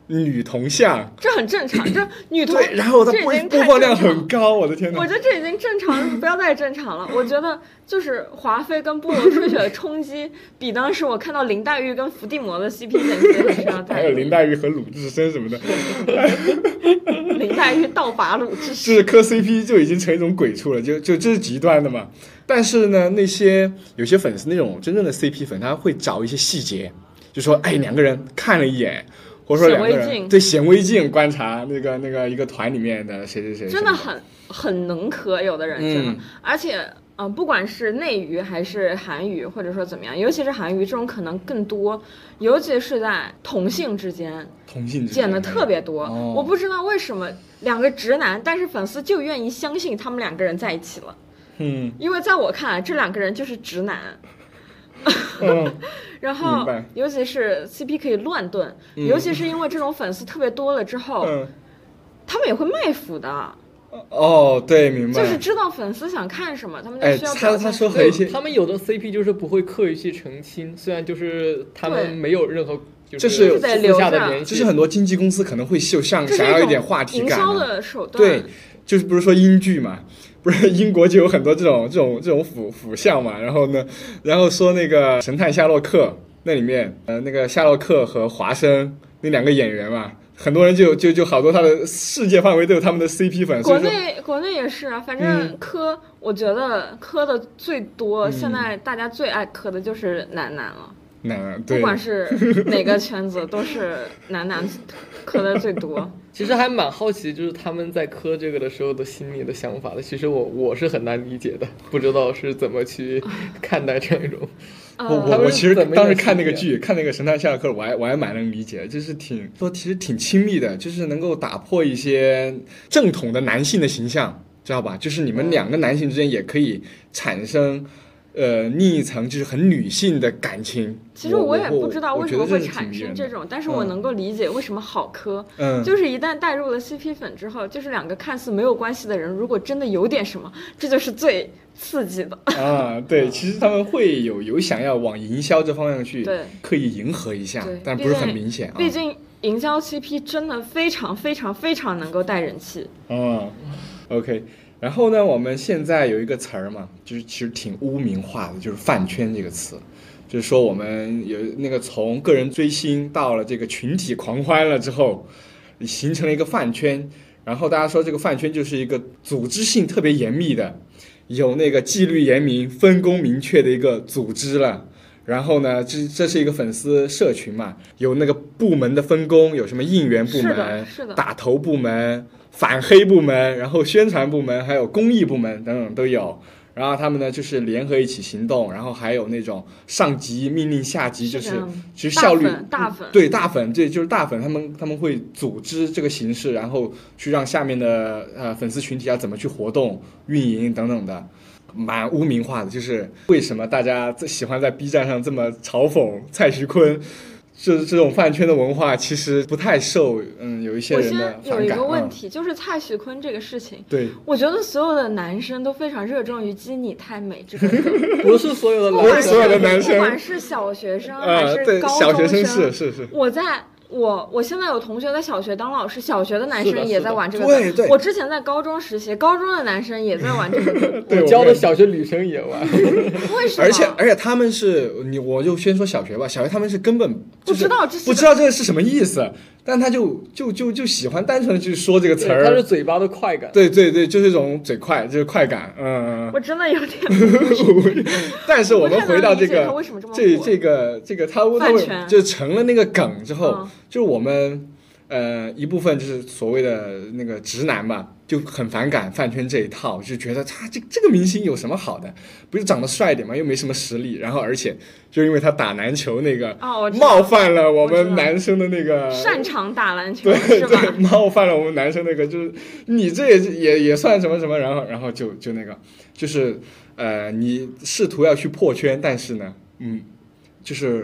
[SPEAKER 2] 女同像，
[SPEAKER 1] 这很正常，这女同
[SPEAKER 2] 对，然后它播播放量很高，我的天哪！
[SPEAKER 1] 我觉得这已经正常了，不要再正常了。我觉得就是华妃跟菠萝吹雪的冲击，比当时我看到林黛玉跟伏地魔的 C P 等级是要大。
[SPEAKER 2] 还有林黛玉和鲁智深什么的，
[SPEAKER 1] 林黛玉倒拔鲁智深，
[SPEAKER 2] 是磕 C P 就已经成一种鬼畜了，就就这是极端的嘛。但是呢，那些有些粉丝那种真正的 C P 粉，他会找一些细节，就说哎两个人看了一眼。或者说两个人对显微镜观察那个那个一个团里面的谁谁谁，
[SPEAKER 1] 真的很很能磕，有的人真的，嗯、而且嗯、呃，不管是内娱还是韩娱，或者说怎么样，尤其是韩娱这种可能更多，尤其是在同性之间，
[SPEAKER 2] 同性之间
[SPEAKER 1] 剪的特别多、
[SPEAKER 2] 哦。
[SPEAKER 1] 我不知道为什么两个直男，但是粉丝就愿意相信他们两个人在一起了。
[SPEAKER 2] 嗯，
[SPEAKER 1] 因为在我看来，这两个人就是直男。
[SPEAKER 2] 嗯
[SPEAKER 1] 然后尤其是 C P 可以乱炖、嗯、尤其是因为这种粉丝特别多了之后、嗯、他们也会卖腐的。
[SPEAKER 2] 哦，对，明白，
[SPEAKER 1] 就是知道粉丝想看什么，他们就需要
[SPEAKER 2] 表现。他他说和一些，
[SPEAKER 3] 他们有的 C P 就是不会刻意去澄清，虽然就是他们没有任何
[SPEAKER 2] 这
[SPEAKER 3] 是
[SPEAKER 1] 私
[SPEAKER 3] 下的联系，
[SPEAKER 2] 这是很多经纪公司可能会就像想要一点话题感、啊，
[SPEAKER 1] 营销的手段。
[SPEAKER 2] 对，就是不是说英剧嘛。不是英国就有很多这种这种这种腐腐像嘛，然后呢，然后说那个神探夏洛克那里面，呃，那个夏洛克和华生那两个演员嘛，很多人就就就好多他的世界范围都有他们的 C P 粉，
[SPEAKER 1] 国内国内也是啊，反正磕、嗯，我觉得磕的最多、嗯，现在大家最爱磕的就是男男了。
[SPEAKER 2] 男男对，
[SPEAKER 1] 不管是哪个圈子，都是男男磕的最多。
[SPEAKER 3] 其实还蛮好奇，就是他们在磕这个的时候的心里的想法的。其实我我是很难理解的，不知道是怎么去看待这种。
[SPEAKER 2] 我我我其实当时看那个剧，看那个《神探夏洛克》，我还我还蛮能理解，就是挺说其实挺亲密的，就是能够打破一些正统的男性的形象，知道吧？就是你们两个男性之间也可以产生。呃，另一层就是很女性的感情。
[SPEAKER 1] 其实我也不知道为什么会产生这种，但是我能够理解为什么好磕。嗯，就是一旦带入了 C P 粉之后，就是两个看似没有关系的人，如果真的有点什么，这就是最刺激的。
[SPEAKER 2] 啊，对，其实他们会有有想要往营销这方面去刻意迎合一下，但不是很明显啊。
[SPEAKER 1] 毕竟营销 C P 真的非常非常非常能够带人气。
[SPEAKER 2] 嗯 ，OK。然后呢，我们现在有一个词儿嘛，就是其实挺污名化的，就是饭圈这个词，就是说我们有那个从个人追星到了这个群体狂欢了之后，形成了一个饭圈，然后大家说这个饭圈就是一个组织性特别严密的，有那个纪律严明、分工明确的一个组织了。然后呢，这这是一个粉丝社群嘛，有那个部门的分工，有什么应援部门、
[SPEAKER 1] 是的是的
[SPEAKER 2] 打头部门、反黑部门，然后宣传部门，还有公益部门等等都有。然后他们呢就是联合一起行动，然后还有那种上级命令下级，就是其实效率
[SPEAKER 1] 大粉
[SPEAKER 2] 对大粉，这就是大粉，他们他们会组织这个形式，然后去让下面的呃粉丝群体要怎么去活动、运营等等的。蛮污名化的，就是为什么大家喜欢在 B 站上这么嘲讽蔡徐坤，这这种饭圈的文化其实不太受嗯有一些人的反感。
[SPEAKER 1] 我先有一个问题、嗯、就是蔡徐坤这个事情，
[SPEAKER 2] 对，
[SPEAKER 1] 我觉得所有的男生都非常热衷于基你太美这个
[SPEAKER 3] 不是所有的
[SPEAKER 2] 不是所有的男生，
[SPEAKER 1] 不管是小学生还是高中生、
[SPEAKER 2] 呃、小学生是是是
[SPEAKER 1] 我在我我现在有同学在小学当老师，小学的男生也在玩这个。
[SPEAKER 2] 对对。
[SPEAKER 1] 我之前在高中实习，高中的男生也在玩这个。
[SPEAKER 3] 对，我教的小学女生也玩。
[SPEAKER 1] 为什么？
[SPEAKER 2] 而且而且他们是你，我就先说小学吧。小学他们是根本、就是、
[SPEAKER 1] 不知道这
[SPEAKER 2] 不知道这个是什么意思，但他就就就就喜欢单纯的去说这个词儿。
[SPEAKER 3] 他是嘴巴的快感。
[SPEAKER 2] 对对对，就是这种嘴快，就是快感。嗯。
[SPEAKER 1] 我真的有点。
[SPEAKER 2] 但是我们回到这个
[SPEAKER 1] 这
[SPEAKER 2] 这个这个他他就成了那个梗之后。嗯，就是我们，呃，一部分就是所谓的那个直男吧，就很反感饭圈这一套，就觉得他这这个明星有什么好的？不是长得帅一点吗？又没什么实力，然后而且就因为他打篮球那个，
[SPEAKER 1] 哦，
[SPEAKER 2] 冒犯了我们男生的那个
[SPEAKER 1] 擅长打篮球，
[SPEAKER 2] 对
[SPEAKER 1] 是吧？
[SPEAKER 2] 对，冒犯了我们男生那个，就是你这也也也算什么什么，然后然后就就那个，就是呃，你试图要去破圈，但是呢，嗯，就是。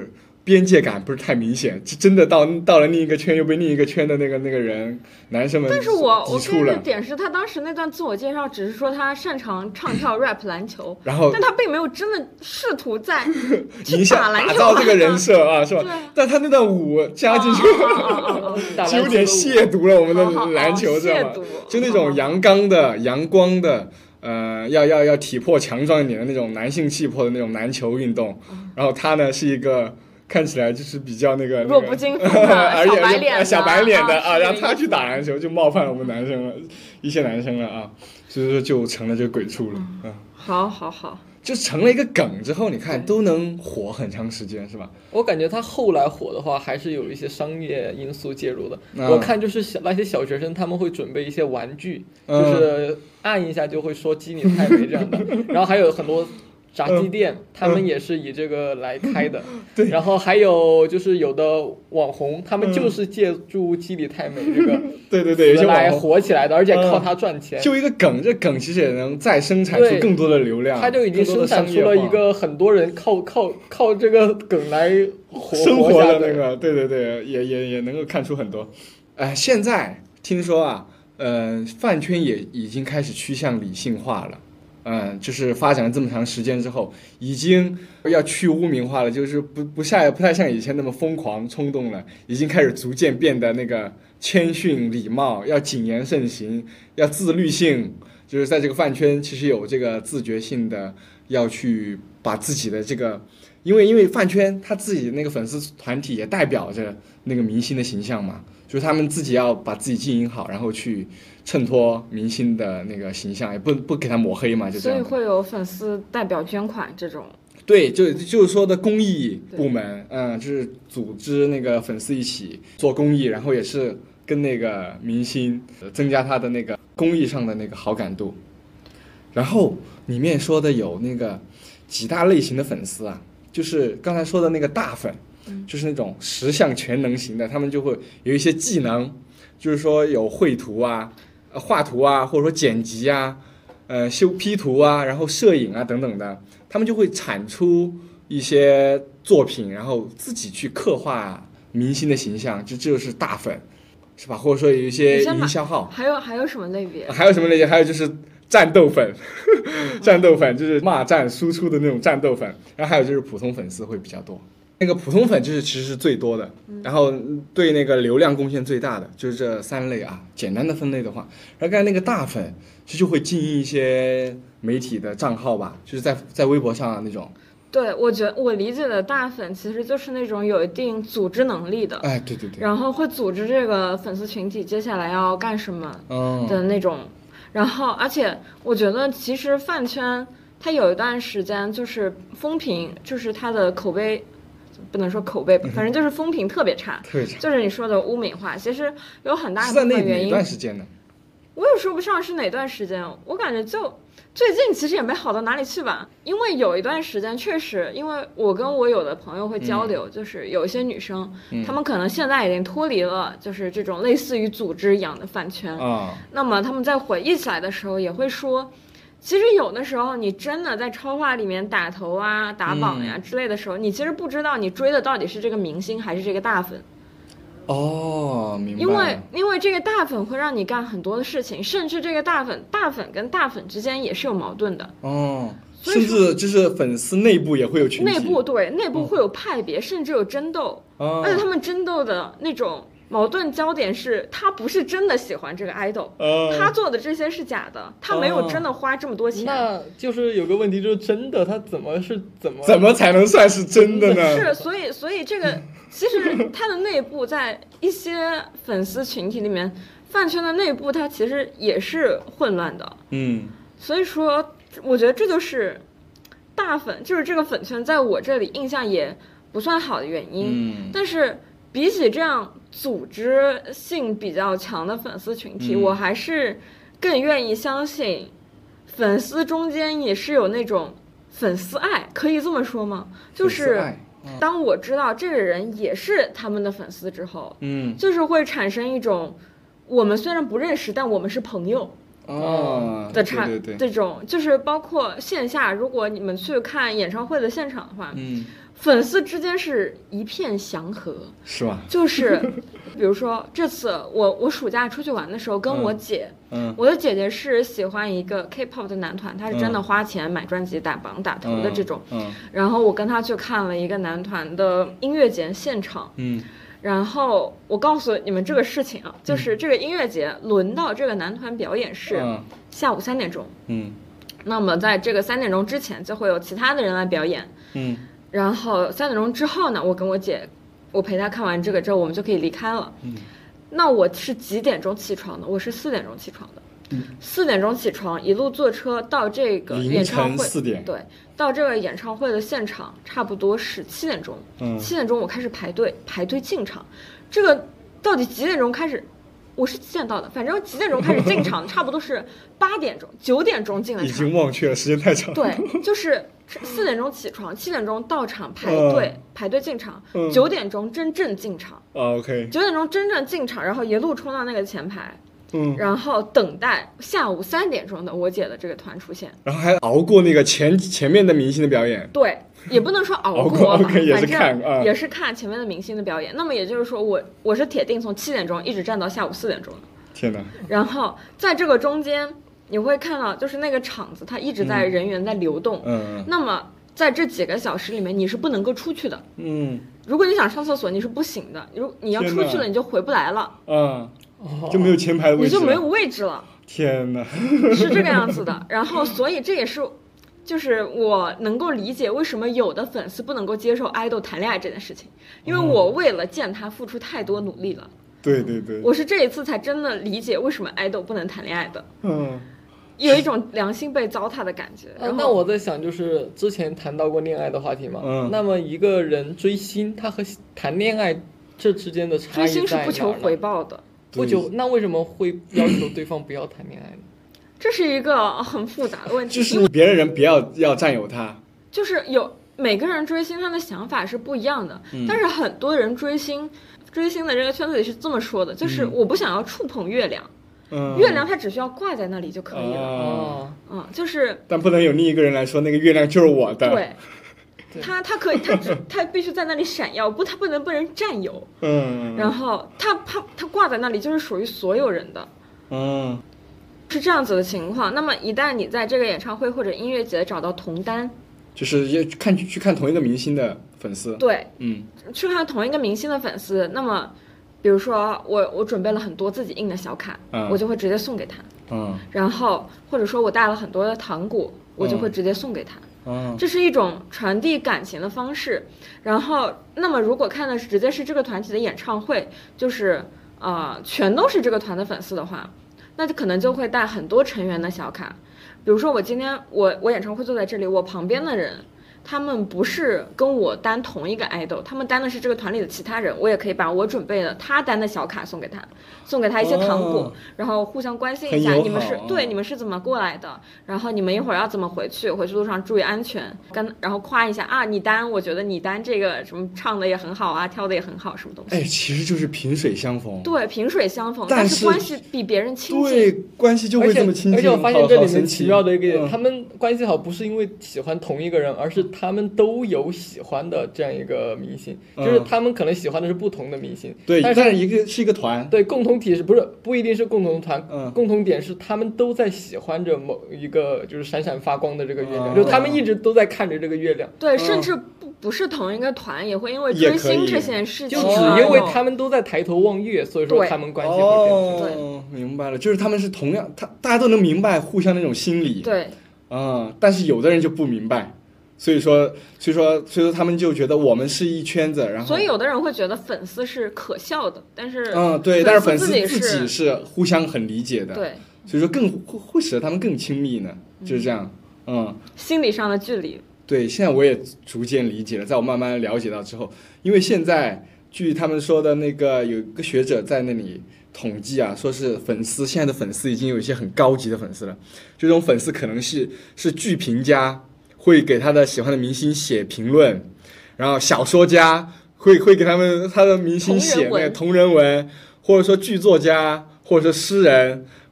[SPEAKER 2] 边界感不是太明显，真的到到了另一个圈又被另一个圈的那个那个人男生们
[SPEAKER 1] 但是我我
[SPEAKER 2] 抵触了。
[SPEAKER 1] 的点是他当时那段自我介绍只是说他擅长唱跳 rap 篮球，
[SPEAKER 2] 然后
[SPEAKER 1] 但他并没有真的试图在
[SPEAKER 2] 影响打造这个人设啊，是吧？但他那段舞加进去，就有点亵渎了我们的篮球，知道吗？就那种阳刚的、阳光的。呃，要要要体魄强壮一点的那种男性气魄的那种篮球运动，然后他呢是一个看起来就是比较那个
[SPEAKER 1] 弱不禁风的小白脸的
[SPEAKER 2] 小白脸的
[SPEAKER 1] 啊，
[SPEAKER 2] 让他去打篮球就冒犯了我们男生了，一些男生了啊，所以说就成了这个鬼畜了啊。
[SPEAKER 1] 好好好。
[SPEAKER 2] 就成了一个梗之后，你看都能火很长时间，是吧？
[SPEAKER 3] 我感觉他后来火的话，还是有一些商业因素介入的。
[SPEAKER 2] 嗯、
[SPEAKER 3] 我看就是小那些小学生，他们会准备一些玩具，嗯、就是按一下就会说基里太美这样的。然后还有很多炸鸡店，嗯、他们也是以这个来开的。
[SPEAKER 2] 对。
[SPEAKER 3] 然后还有就是有的网红，他们就是借助基里太美这个
[SPEAKER 2] 对对对
[SPEAKER 3] 来火起来的，而且靠它赚钱。
[SPEAKER 2] 就一个梗，这梗其实也能再生产出更多的流量。
[SPEAKER 3] 它就已经生产出了一个很多人靠靠靠这个梗来活
[SPEAKER 2] 生活的那个，对对对，也也也能够看出很多。哎、呃，现在听说啊，呃，饭圈也已经开始趋向理性化了。嗯，就是发展了这么长时间之后，已经要去污名化了，就是不不像不太像以前那么疯狂冲动了，已经开始逐渐变得那个谦逊礼貌，要谨言慎行，要自律性，就是在这个饭圈其实有这个自觉性的，要去把自己的这个，因为因为饭圈他自己那个粉丝团体也代表着那个明星的形象嘛，就是他们自己要把自己经营好，然后去衬托明星的那个形象，也不不给他抹黑嘛，就这样。
[SPEAKER 1] 所以会有粉丝代表捐款这种。
[SPEAKER 2] 对，就就是说的公益部门，嗯，就是组织那个粉丝一起做公益，然后也是跟那个明星增加他的那个公益上的那个好感度。然后里面说的有那个几大类型的粉丝啊，就是刚才说的那个大粉，就是那种十项全能型的，他们就会有一些技能，就是说有绘图啊。画图啊，或者说剪辑啊，呃，修 P 图啊，然后摄影啊等等的，他们就会产出一些作品，然后自己去刻画明星的形象，这就是大粉，是吧？或者说有一些营销号，
[SPEAKER 1] 还有还有什么类别？
[SPEAKER 2] 还有什么类别？还有就是战斗粉，战斗粉就是骂战输出的那种战斗粉，然后还有就是普通粉丝会比较多。那个普通粉就是其实是最多的，然后对那个流量贡献最大的就是这三类啊。简单的分类的话，然后刚才那个大粉其实就会经营一些媒体的账号吧，就是在在微博上那种。
[SPEAKER 1] 对，我觉得我理解的大粉其实就是那种有一定组织能力的，
[SPEAKER 2] 哎，对对对，
[SPEAKER 1] 然后会组织这个粉丝群体接下来要干什么的那种。嗯、然后，而且我觉得其实饭圈它有一段时间就是风评，就是它的口碑。不能说口碑，反正就是风评特别差，
[SPEAKER 2] 特别差，
[SPEAKER 1] 就是你说的污名化。其实有很大一部
[SPEAKER 2] 分
[SPEAKER 1] 原因。是在
[SPEAKER 2] 哪段时间呢？
[SPEAKER 1] 我也说不上是哪段时间，我感觉就最近其实也没好到哪里去吧。因为有一段时间确实，因为我跟我有的朋友会交流，嗯、就是有一些女生，嗯、她们可能现在已经脱离了就是这种类似于组织一样的饭圈
[SPEAKER 2] 啊。
[SPEAKER 1] 那么她们在回忆起来的时候，也会说。其实有的时候，你真的在超话里面打头啊、打榜呀、之类的时候，嗯、你其实不知道你追的到底是这个明星还是这个大粉。
[SPEAKER 2] 哦，明白。
[SPEAKER 1] 因为因为这个大粉会让你干很多的事情，甚至这个大粉大粉跟大粉之间也是有矛盾的。
[SPEAKER 2] 哦，甚至就是粉丝内部也会有群体。
[SPEAKER 1] 内部对，内部会有派别，哦、甚至有争斗。
[SPEAKER 2] 哦、
[SPEAKER 1] 而且他们争斗的那种。矛盾焦点是他不是真的喜欢这个 idol，、
[SPEAKER 2] 哦、
[SPEAKER 1] 他做的这些是假的，他没有真的花这么多钱。
[SPEAKER 3] 那就是有个问题，就是真的，他怎么是怎么
[SPEAKER 2] 怎么才能算是真的呢？
[SPEAKER 1] 是，所以所以这个其实他的内部在一些粉丝群体里面，饭圈的内部它其实也是混乱的。
[SPEAKER 2] 嗯，
[SPEAKER 1] 所以说我觉得这就是大粉，就是这个粉圈在我这里印象也不算好的原因。
[SPEAKER 2] 嗯，
[SPEAKER 1] 但是比起这样组织性比较强的粉丝群体、嗯、我还是更愿意相信粉丝中间也是有那种粉丝爱，可以这么说吗？就是当我知道这个人也是他们的粉丝之后，
[SPEAKER 2] 嗯，
[SPEAKER 1] 就是会产生一种我们虽然不认识但我们是朋友
[SPEAKER 2] 哦
[SPEAKER 1] 的差，
[SPEAKER 2] 对对对，
[SPEAKER 1] 这种就是包括线下，如果你们去看演唱会的现场的话，
[SPEAKER 2] 嗯，
[SPEAKER 1] 粉丝之间是一片祥和，
[SPEAKER 2] 是吧？
[SPEAKER 1] 就是比如说这次我我暑假出去玩的时候，跟我姐，嗯，我的姐姐是喜欢一个 K-pop 的男团，她是真的花钱买专辑打榜打头的这种，嗯，嗯然后我跟她去看了一个男团的音乐节现场，嗯。然后我告诉你们这个事情啊，就是这个音乐节轮到这个男团表演是下午三点钟，嗯，那么在这个三点钟之前就会有其他的人来表演，嗯，然后三点钟之后呢，我跟我姐，我陪她看完这个之后，我们就可以离开了，嗯，那我是几点钟起床的？我是四点钟起床的。四点钟起床，一路坐车到这个演唱会，
[SPEAKER 2] 凌晨四点，
[SPEAKER 1] 对，到这个演唱会的现场，差不多是七点钟。嗯，七点钟我开始排队，排队进场。这个到底几点钟开始？我是几点到的？反正几点钟开始进场，差不多是八点钟、九点钟进了场。
[SPEAKER 2] 已经忘却了，时间太长。
[SPEAKER 1] 对，就是四点钟起床，七点钟到场排队，嗯、排队进场，九、嗯、点钟真正进场。
[SPEAKER 2] 啊 ，OK。
[SPEAKER 1] 九点钟真正进场，然后一路冲到那个前排。嗯，然后等待下午三点钟的我姐的这个团出现，
[SPEAKER 2] 然后还熬过那个前前面的明星的表演。
[SPEAKER 1] 对，也不能说熬过，
[SPEAKER 2] 熬过 okay, 也是看，
[SPEAKER 1] 嗯、也是看前面的明星的表演。那么也就是说我，我我是铁定从七点钟一直站到下午四点钟的。
[SPEAKER 2] 天哪！
[SPEAKER 1] 然后在这个中间，你会看到就是那个场子，它一直在人员在流动。嗯。那么在这几个小时里面，你是不能够出去的。嗯。如果你想上厕所，你是不行的。如你要出去了，你就回不来了。
[SPEAKER 2] 嗯。就没有前排的位置，
[SPEAKER 1] 你就没有位置了。
[SPEAKER 2] 天哪，
[SPEAKER 1] 是这个样子的。然后，所以这也是，就是我能够理解为什么有的粉丝不能够接受爱豆谈恋爱这件事情，因为我为了见他付出太多努力了。
[SPEAKER 2] 对对对，
[SPEAKER 1] 我是这一次才真的理解为什么爱豆不能谈恋爱的。
[SPEAKER 2] 嗯。
[SPEAKER 1] 有一种良心被糟蹋的感觉。
[SPEAKER 3] 啊、那我在想，就是之前谈到过恋爱的话题嘛。嗯。那么一个人追星，他和谈恋爱这之间的差异在哪？追
[SPEAKER 1] 星是不求回报的。
[SPEAKER 3] 不久，那为什么会要求对方不要谈恋爱呢？
[SPEAKER 1] 这是一个很复杂的问题。
[SPEAKER 2] 就是别的人不要要占有他。
[SPEAKER 1] 就是有每个人追星，他的想法是不一样的。嗯、但是很多人追星，追星的这个圈子里是这么说的，就是我不想要触碰月亮，嗯、月亮它只需要挂在那里就可以了。哦，嗯，就是。
[SPEAKER 2] 但不能有另一个人来说那个月亮就是我的。
[SPEAKER 1] 对。他他可以，他只他必须在那里闪耀，不，他不能被人占有。嗯，然后他他他挂在那里就是属于所有人的。嗯，是这样子的情况。那么一旦你在这个演唱会或者音乐节找到同单，
[SPEAKER 2] 就是要看去看同一个明星的粉丝。
[SPEAKER 1] 对，嗯，去看同一个明星的粉丝。那么，比如说我我准备了很多自己印的小卡，嗯、我就会直接送给他。嗯，然后或者说我带了很多的糖果，我就会直接送给他。嗯，这是一种传递感情的方式。然后，那么如果看的是直接是这个团体的演唱会，就是呃全都是这个团的粉丝的话，那就可能就会带很多成员的小卡。比如说我今天我我演唱会坐在这里，我旁边的人他们不是跟我单同一个爱豆，他们单的是这个团里的其他人，我也可以把我准备的他单的小卡送给他，送给他一些糖果，哦、然后互相关心一下，你们是对你们是怎么过来的，然后你们一会儿要怎么回去，回去路上注意安全，跟然后夸一下啊，你单，我觉得你单这个什么唱的也很好啊，跳的也很好，什么东西？
[SPEAKER 2] 哎，其实就是萍水相逢。
[SPEAKER 1] 对，萍水相逢，但是关系比别人亲近，
[SPEAKER 2] 对，关系就会这么亲近。
[SPEAKER 3] 而且我发现这里面奇妙的一个点，嗯、他们关系好不是因为喜欢同一个人，而是他们都有喜欢的这样一个明星，嗯、就是他们可能喜欢的是不同的明星，
[SPEAKER 2] 对，
[SPEAKER 3] 但
[SPEAKER 2] 是一个是一个团，
[SPEAKER 3] 对，共同体是不是不一定是共同团，嗯、共同点是他们都在喜欢着某一个就是闪闪发光的这个月亮，嗯、就他们一直都在看着这个月亮，
[SPEAKER 1] 对，嗯、甚至不不是同一个团，也会因为追星这件事情，
[SPEAKER 3] 就只因为他们都在抬头望月，所以说他们关系会变
[SPEAKER 2] 成。哦，明白了，就是他们是同样，他大家都能明白互相那种心理，
[SPEAKER 1] 对，
[SPEAKER 2] 嗯，但是有的人就不明白。所以说，所以说，所以说，他们就觉得我们是一圈子，然后，
[SPEAKER 1] 所以有的人会觉得粉丝是可笑的，但是，
[SPEAKER 2] 嗯，对，但是粉丝自己是互相很理解的，
[SPEAKER 1] 对，
[SPEAKER 2] 所以说更会会使得他们更亲密呢，就是这样，嗯，
[SPEAKER 1] 心理上的距离，
[SPEAKER 2] 对，现在我也逐渐理解了，在我慢慢了解到之后，因为现在据他们说的那个有一个学者在那里统计啊，说是粉丝现在的粉丝已经有一些很高级的粉丝了，这种粉丝可能是是剧评家。会给他的喜欢的明星写评论，然后小说家会会给他们他的明星写那个同人文，或者说剧作家，或者说诗人，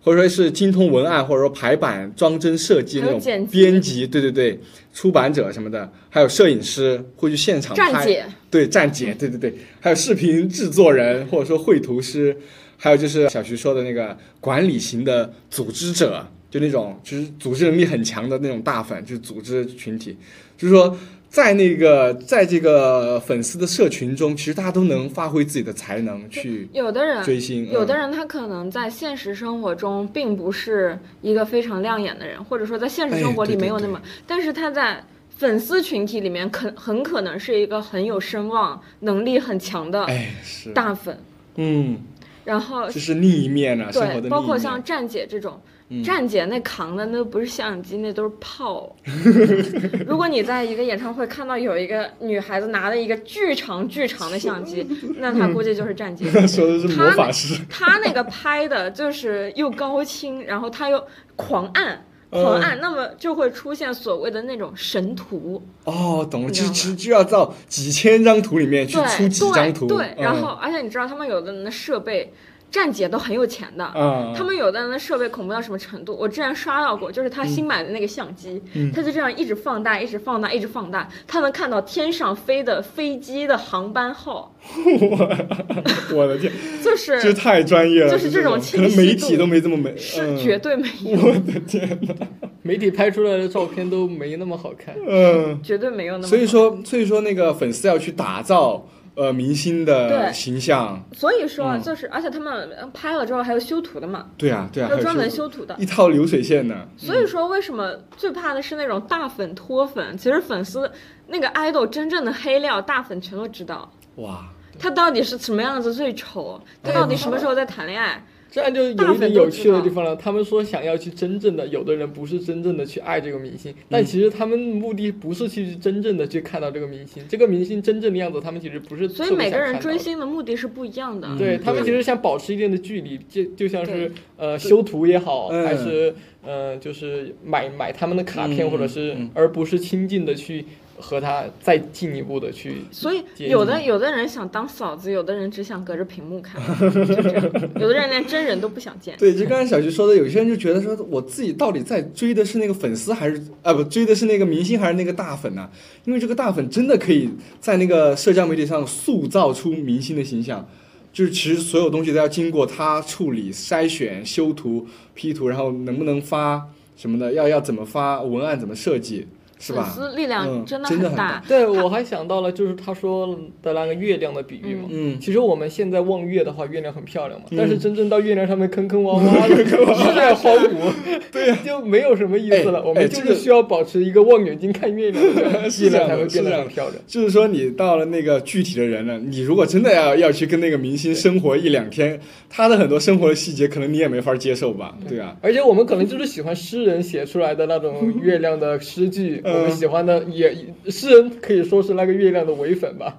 [SPEAKER 2] 或者说是精通文案，或者说排版、装帧设计那种编辑，对对对，出版者什么的，还有摄影师会去现场拍，
[SPEAKER 1] 站姐，
[SPEAKER 2] 对站姐，对对对，还有视频制作人或者说绘图师，还有就是小徐说的那个管理型的组织者，就那种就是组织能力很强的那种大粉，就是组织群体，就是说。在那个，在这个粉丝的社群中，其实大家都能发挥自己的才能去
[SPEAKER 1] 有的人
[SPEAKER 2] 追星，
[SPEAKER 1] 有的人他可能在现实生活中并不是一个非常亮眼的人，或者说在现实生活里没有那么，
[SPEAKER 2] 哎、对对对
[SPEAKER 1] 但是他在粉丝群体里面可很可能是一个很有声望、能力很强的大粉，
[SPEAKER 2] 哎、嗯，
[SPEAKER 1] 然后
[SPEAKER 2] 这是另一面啊，生活的另一面，
[SPEAKER 1] 包括像站姐这种。
[SPEAKER 2] 嗯、
[SPEAKER 1] 站姐那扛的那不是相机，那都是炮。如果你在一个演唱会看到有一个女孩子拿了一个巨长巨长的相机，那她估计就是站姐。
[SPEAKER 2] 说的是魔法师。
[SPEAKER 1] 她那个拍的就是又高清，然后她又狂按。狂按、嗯，那么就会出现所谓的那种神图。
[SPEAKER 2] 哦，懂了，就就就要到几千张图里面去出几张图。
[SPEAKER 1] 对，对对嗯、然后而且你知道他们有的人的设备。站姐都很有钱的、
[SPEAKER 2] 嗯，
[SPEAKER 1] 他们有的人的设备恐怖到什么程度？我之前刷到过，就是他新买的那个相机，
[SPEAKER 2] 嗯、
[SPEAKER 1] 他就这样一直放大，一直放大，一直放大，他能看到天上飞的飞机的航班号。
[SPEAKER 2] 我的天，
[SPEAKER 1] 就是
[SPEAKER 2] 这太专业了，
[SPEAKER 1] 就是这种清晰度，
[SPEAKER 2] 可能媒体都没这么美，
[SPEAKER 1] 是、
[SPEAKER 2] 嗯、
[SPEAKER 1] 绝对没有。
[SPEAKER 2] 我的天哪，
[SPEAKER 3] 媒体拍出来的照片都没那么好看，
[SPEAKER 2] 嗯，
[SPEAKER 1] 绝对没有那么好看。
[SPEAKER 2] 所以说，所以说那个粉丝要去打造。呃，明星的形象，
[SPEAKER 1] 所以说就是，嗯、而且他们拍了之后还有修图的嘛。
[SPEAKER 2] 对啊，对啊，
[SPEAKER 1] 还有专门修图的，
[SPEAKER 2] 一套流水线的。
[SPEAKER 1] 所以说，为什么最怕的是那种大粉脱粉？其实粉丝那个 idol 真正的黑料，大粉全都知道。
[SPEAKER 2] 哇，
[SPEAKER 1] 他到底是什么样子最丑？他到底什么时候在谈恋爱？
[SPEAKER 3] 这样就有一点有趣的地方了。他们说想要去真正的，有的人不是真正的去爱这个明星，但其实他们目的不是去真正的去看到这个明星，这个明星真正的样子，他们其实不是。
[SPEAKER 1] 所以每个人追星的目的是不一样的。
[SPEAKER 3] 嗯、对他们其实想保持一定的距离，就就像是呃修图也好，还是呃就是买买他们的卡片，
[SPEAKER 2] 嗯、
[SPEAKER 3] 或者是、嗯、而不是亲近的去。和他再进一步的去，
[SPEAKER 1] 所以有的有的人想当嫂子，有的人只想隔着屏幕看，就这样，有的人连真人都不想见。
[SPEAKER 2] 对，就刚才小徐说的，有些人就觉得说，我自己到底在追的是那个粉丝，还是啊不追的是那个明星，还是那个大粉呢、啊？因为这个大粉真的可以在那个社交媒体上塑造出明星的形象，就是其实所有东西都要经过他处理、筛选、修图、P 图，然后能不能发什么的，要要怎么发，文案怎么设计。是吧？
[SPEAKER 1] 粉丝力量真的很大。
[SPEAKER 2] 嗯、很大
[SPEAKER 3] 对，我还想到了，就是他说的那个月亮的比喻嘛。
[SPEAKER 2] 嗯。
[SPEAKER 3] 其实我们现在望月的话，月亮很漂亮嘛。
[SPEAKER 2] 嗯、
[SPEAKER 3] 但是真正到月亮上面坑坑洼洼的，一片荒芜，
[SPEAKER 2] 对呀、
[SPEAKER 3] 啊，就没有什么意思了。
[SPEAKER 2] 哎、
[SPEAKER 3] 我们就是需要保持一个望远镜看月亮，
[SPEAKER 2] 哎、
[SPEAKER 3] 月亮才会变得很漂亮。
[SPEAKER 2] 就是说，你到了那个具体的人了，你如果真的要要去跟那个明星生活一两天，他的很多生活的细节，可能你也没法接受吧？对啊。
[SPEAKER 3] 而且我们可能就是喜欢诗人写出来的那种月亮的诗句，
[SPEAKER 2] 嗯、
[SPEAKER 3] 我们喜欢的。也诗人可以说是那个月亮的伪粉吧，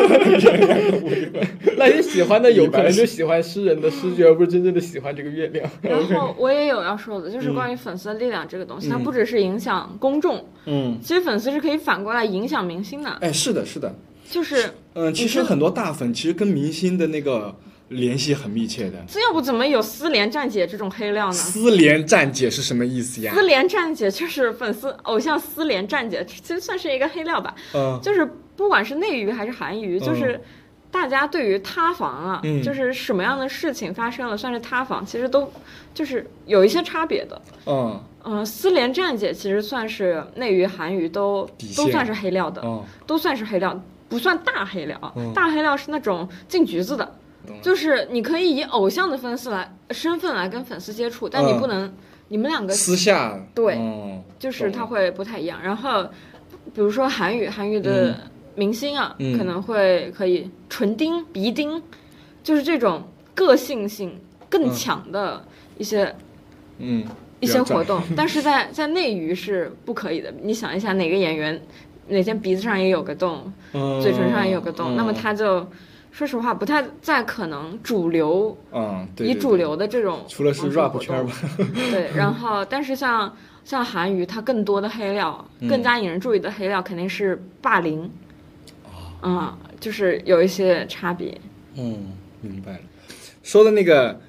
[SPEAKER 3] 那些喜欢的有可能就喜欢诗人的诗句，而不是真正的喜欢这个月亮。
[SPEAKER 1] 然后我也有要说的，就是关于粉丝的力量这个东西，
[SPEAKER 2] 嗯、
[SPEAKER 1] 它不只是影响公众，
[SPEAKER 2] 嗯，
[SPEAKER 1] 其实粉丝是可以反过来影响明星的。
[SPEAKER 2] 哎，是的，是的，
[SPEAKER 1] 就是
[SPEAKER 2] 嗯，其实很多大粉其实跟明星的那个。联系很密切的，
[SPEAKER 1] 这要不怎么有丝连站姐这种黑料呢？
[SPEAKER 2] 丝连站姐是什么意思呀？
[SPEAKER 1] 丝连站姐就是粉丝偶像丝连站姐，其实算是一个黑料吧。
[SPEAKER 2] 嗯，
[SPEAKER 1] 就是不管是内娱还是韩娱，嗯、就是大家对于塌房啊、
[SPEAKER 2] 嗯，
[SPEAKER 1] 就是什么样的事情发生了算是塌房，其实都就是有一些差别的。
[SPEAKER 2] 嗯
[SPEAKER 1] 嗯、呃，丝连站姐其实算是内娱、韩娱都都算是黑料的、
[SPEAKER 2] 嗯，
[SPEAKER 1] 都算是黑料，不算大黑料。
[SPEAKER 2] 嗯、
[SPEAKER 1] 大黑料是那种进局子的。就是你可以以偶像的粉丝来身份来跟粉丝接触，但你不能、嗯、你们两个
[SPEAKER 2] 私下
[SPEAKER 1] 对、
[SPEAKER 2] 嗯，
[SPEAKER 1] 就是它会不太一样。然后比如说韩语韩语的明星啊、
[SPEAKER 2] 嗯、
[SPEAKER 1] 可能会可以唇钉鼻钉，就是这种个性性更强的一些
[SPEAKER 2] 嗯
[SPEAKER 1] 一些活动，但是在在内娱是不可以的。你想一下，哪个演员哪天鼻子上也有个洞、
[SPEAKER 2] 嗯、
[SPEAKER 1] 嘴唇上也有个洞、
[SPEAKER 2] 嗯、
[SPEAKER 1] 那么他就说实话，不太再可能主流，
[SPEAKER 2] 嗯，对对对，
[SPEAKER 1] 以主流的这种，
[SPEAKER 2] 除了是 rap 圈吧，
[SPEAKER 1] 对。然后，但是像像韩娱，它更多的黑料，
[SPEAKER 2] 嗯、
[SPEAKER 1] 更加引人注意的黑料，肯定是霸凌，嗯，就是有一些差别。
[SPEAKER 2] 嗯，明白了。说的那个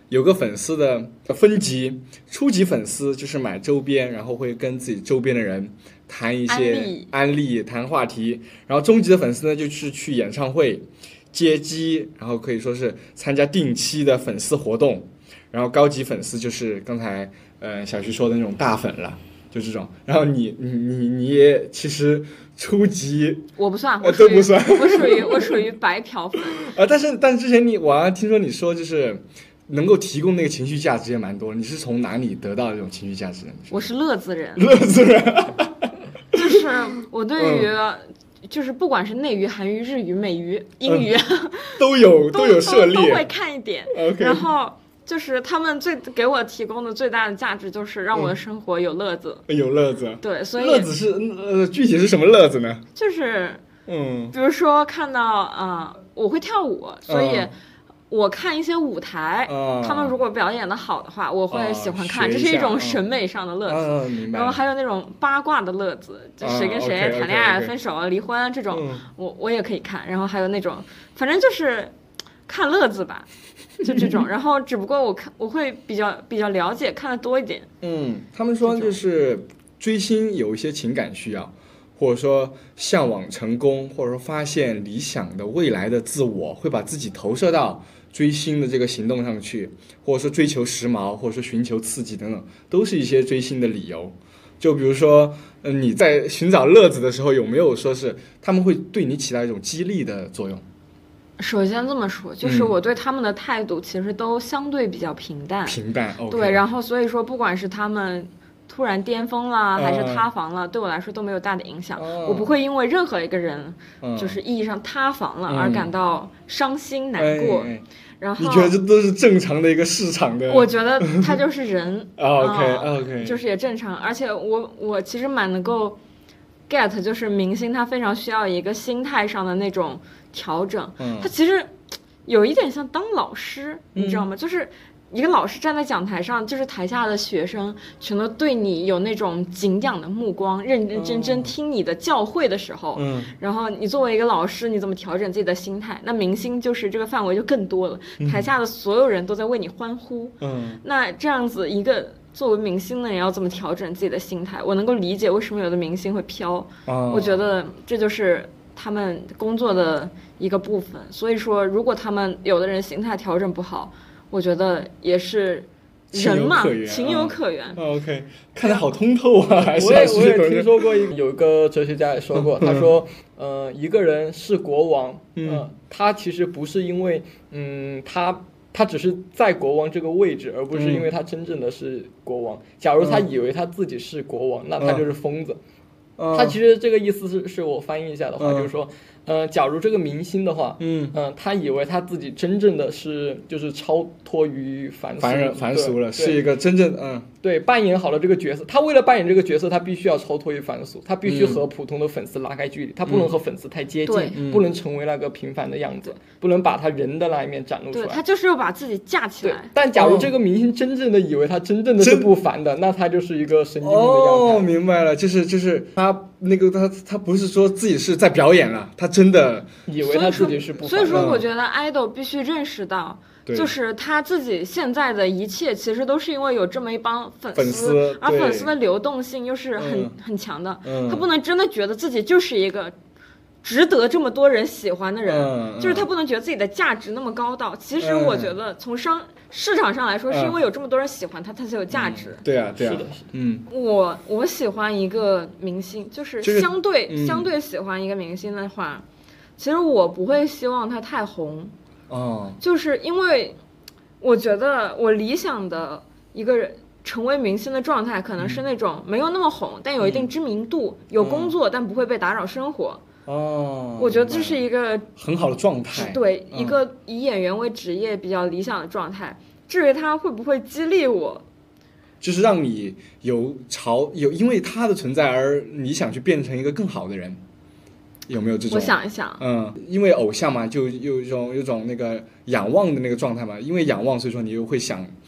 [SPEAKER 2] 有个粉丝的分级，初级粉丝就是买周边，然后会跟自己周边的人谈一些安利谈话题，然后中级的粉丝呢就是去演唱会接机，然后可以说是参加定期的粉丝活动，然后高级粉丝就是刚才呃小徐说的那种大粉了，就这种。然后你你你你也其实初级
[SPEAKER 1] 我不算，我
[SPEAKER 2] 呃都不算，
[SPEAKER 1] 我属于我属于白嫖粉
[SPEAKER 2] 啊。但是但是之前你我好像听说你说就是能够提供那个情绪价值也蛮多，你是从哪里得到这种情绪价值的？
[SPEAKER 1] 我是乐子人，
[SPEAKER 2] 乐子人，
[SPEAKER 1] 就是我对于、
[SPEAKER 2] 嗯。
[SPEAKER 1] 就是不管是内娱、韩娱、日语、美娱、英语、
[SPEAKER 2] 嗯、都有
[SPEAKER 1] 都
[SPEAKER 2] 有涉猎，
[SPEAKER 1] 都会看一点。
[SPEAKER 2] Okay.
[SPEAKER 1] 然后就是他们最给我提供的最大的价值就是让我的生活有乐子，
[SPEAKER 2] 嗯、有乐子。
[SPEAKER 1] 对，所以
[SPEAKER 2] 乐子是呃具体是什么乐子呢？
[SPEAKER 1] 就是
[SPEAKER 2] 嗯，
[SPEAKER 1] 比如说看到啊、呃，我会跳舞，所以。嗯我看一些舞台、
[SPEAKER 2] 哦，
[SPEAKER 1] 他们如果表演的好的话，我会喜欢看，
[SPEAKER 2] 哦、
[SPEAKER 1] 这是一种审美上的乐子。
[SPEAKER 2] 哦、明白。
[SPEAKER 1] 然后还有那种八卦的乐子，就谁跟谁谈恋爱、分手、离婚这种，
[SPEAKER 2] 嗯、
[SPEAKER 1] 我我也可以看。然后还有那种，反正就是看乐子吧，就这种。然后只不过我看我会比较比较了解，看的多一点。
[SPEAKER 2] 嗯，他们说就是追星有一些情感需要。或者说向往成功，或者说发现理想的未来的自我，会把自己投射到追星的这个行动上去，或者说追求时髦，或者说寻求刺激等等，都是一些追星的理由。就比如说，呃，你在寻找乐子的时候，有没有说是他们会对你起到一种激励的作用？
[SPEAKER 1] 首先这么说，就是我对他们的态度其实都相对比较平淡，
[SPEAKER 2] 平淡。
[SPEAKER 1] Okay. 对，然后所以说，不管是他们突然巅峰了还是塌房了、嗯、对我来说都没有大的影响、哦、我不会因为任何一个人、嗯、就是意义上塌房了而感到伤心、嗯、难过、哎、然后
[SPEAKER 2] 你觉得这都是正常的一个市场的？
[SPEAKER 1] 我觉得他就是人
[SPEAKER 2] OK OK
[SPEAKER 1] 就是也正常，而且我我其实蛮能够 get 就是明星他非常需要一个心态上的那种调整、嗯、他其实有一点像当老师、嗯、你知道吗？就是一个老师站在讲台上，就是台下的学生全都对你有那种敬仰的目光，认认真真听你的教诲的时候、嗯、然后你作为一个老师，你怎么调整自己的心态？那明星就是这个范围就更多了、嗯、台下的所有人都在为你欢呼、嗯、那这样子一个作为明星的人要怎么调整自己的心态？我能够理解为什么有的明星会飘、哦、我觉得这就是他们工作的一个部分。所以说如果他们有的人心态调整不好，我觉得也是人嘛，情有可原。
[SPEAKER 2] 哦、OK， 看得好通透啊！还是
[SPEAKER 3] 我也我也听说过一有一个哲学家也说过，他说，呃，一个人是国王，嗯、呃，他其实不是因为，嗯，他他只是在国王这个位置，而不是因为他真正的是国王。假如他以为他自己是国王，那他就是疯子。
[SPEAKER 2] 嗯、
[SPEAKER 3] 他其实这个意思是是我翻译一下的话，嗯、就是说。呃，假如这个明星的话，
[SPEAKER 2] 嗯，
[SPEAKER 3] 呃，他以为他自己真正的是就是超脱于凡俗
[SPEAKER 2] 凡人凡俗了，是一个真正嗯，
[SPEAKER 3] 对，扮演好了这个角色。他为了扮演这个角色，他必须要超脱于凡俗，他必须和普通的粉丝拉开距离，嗯、他不能和粉丝太接近，
[SPEAKER 1] 嗯、
[SPEAKER 3] 不能成为那个平凡的样子，不能把他人的那一面展露出来。
[SPEAKER 1] 对，他就是要把自己架起来。
[SPEAKER 3] 但假如这个明星真正的以为他真正的是不凡的，那他就是一个神经病的样子。
[SPEAKER 2] 哦，明白了，就是就是他那个他他不是说自己是在表演了，他真的。
[SPEAKER 3] 以为他自己是不凡的。
[SPEAKER 1] 所以说我觉得 idol 必须认识到、嗯、就是他自己现在的一切其实都是因为有这么一帮粉丝,
[SPEAKER 2] 粉丝
[SPEAKER 1] 而粉丝的流动性又是很、嗯、很强的、
[SPEAKER 2] 嗯、
[SPEAKER 1] 他不能真的觉得自己就是一个值得这么多人喜欢的人、
[SPEAKER 2] 嗯、
[SPEAKER 1] 就是他不能觉得自己的价值那么高到其实我觉得从商市场上来说是因为有这么多人喜欢他，他才有价值、
[SPEAKER 2] 嗯、对啊对啊，
[SPEAKER 3] 是的，
[SPEAKER 2] 嗯，
[SPEAKER 1] 我我喜欢一个明星就是相对、就是嗯、相对喜欢一个明星的话，其实我不会希望他太红，
[SPEAKER 2] 哦，
[SPEAKER 1] 就是因为我觉得我理想的一个人成为明星的状态，可能是那种没有那么红，嗯、但有一定知名度，嗯、有工作、嗯、但不会被打扰生活。
[SPEAKER 2] 哦，
[SPEAKER 1] 我觉得这是一个
[SPEAKER 2] 很好的状态，
[SPEAKER 1] 对、
[SPEAKER 2] 嗯，
[SPEAKER 1] 一个以演员为职业比较理想的状态。至于他会不会激励我，
[SPEAKER 2] 就是让你有朝有因为他的存在而你想去变成一个更好的人。有没有这种？
[SPEAKER 1] 我想一想，
[SPEAKER 2] 嗯，因为偶像嘛，就有一种有一种那个仰望的那个状态嘛，因为仰望，所以说你又会想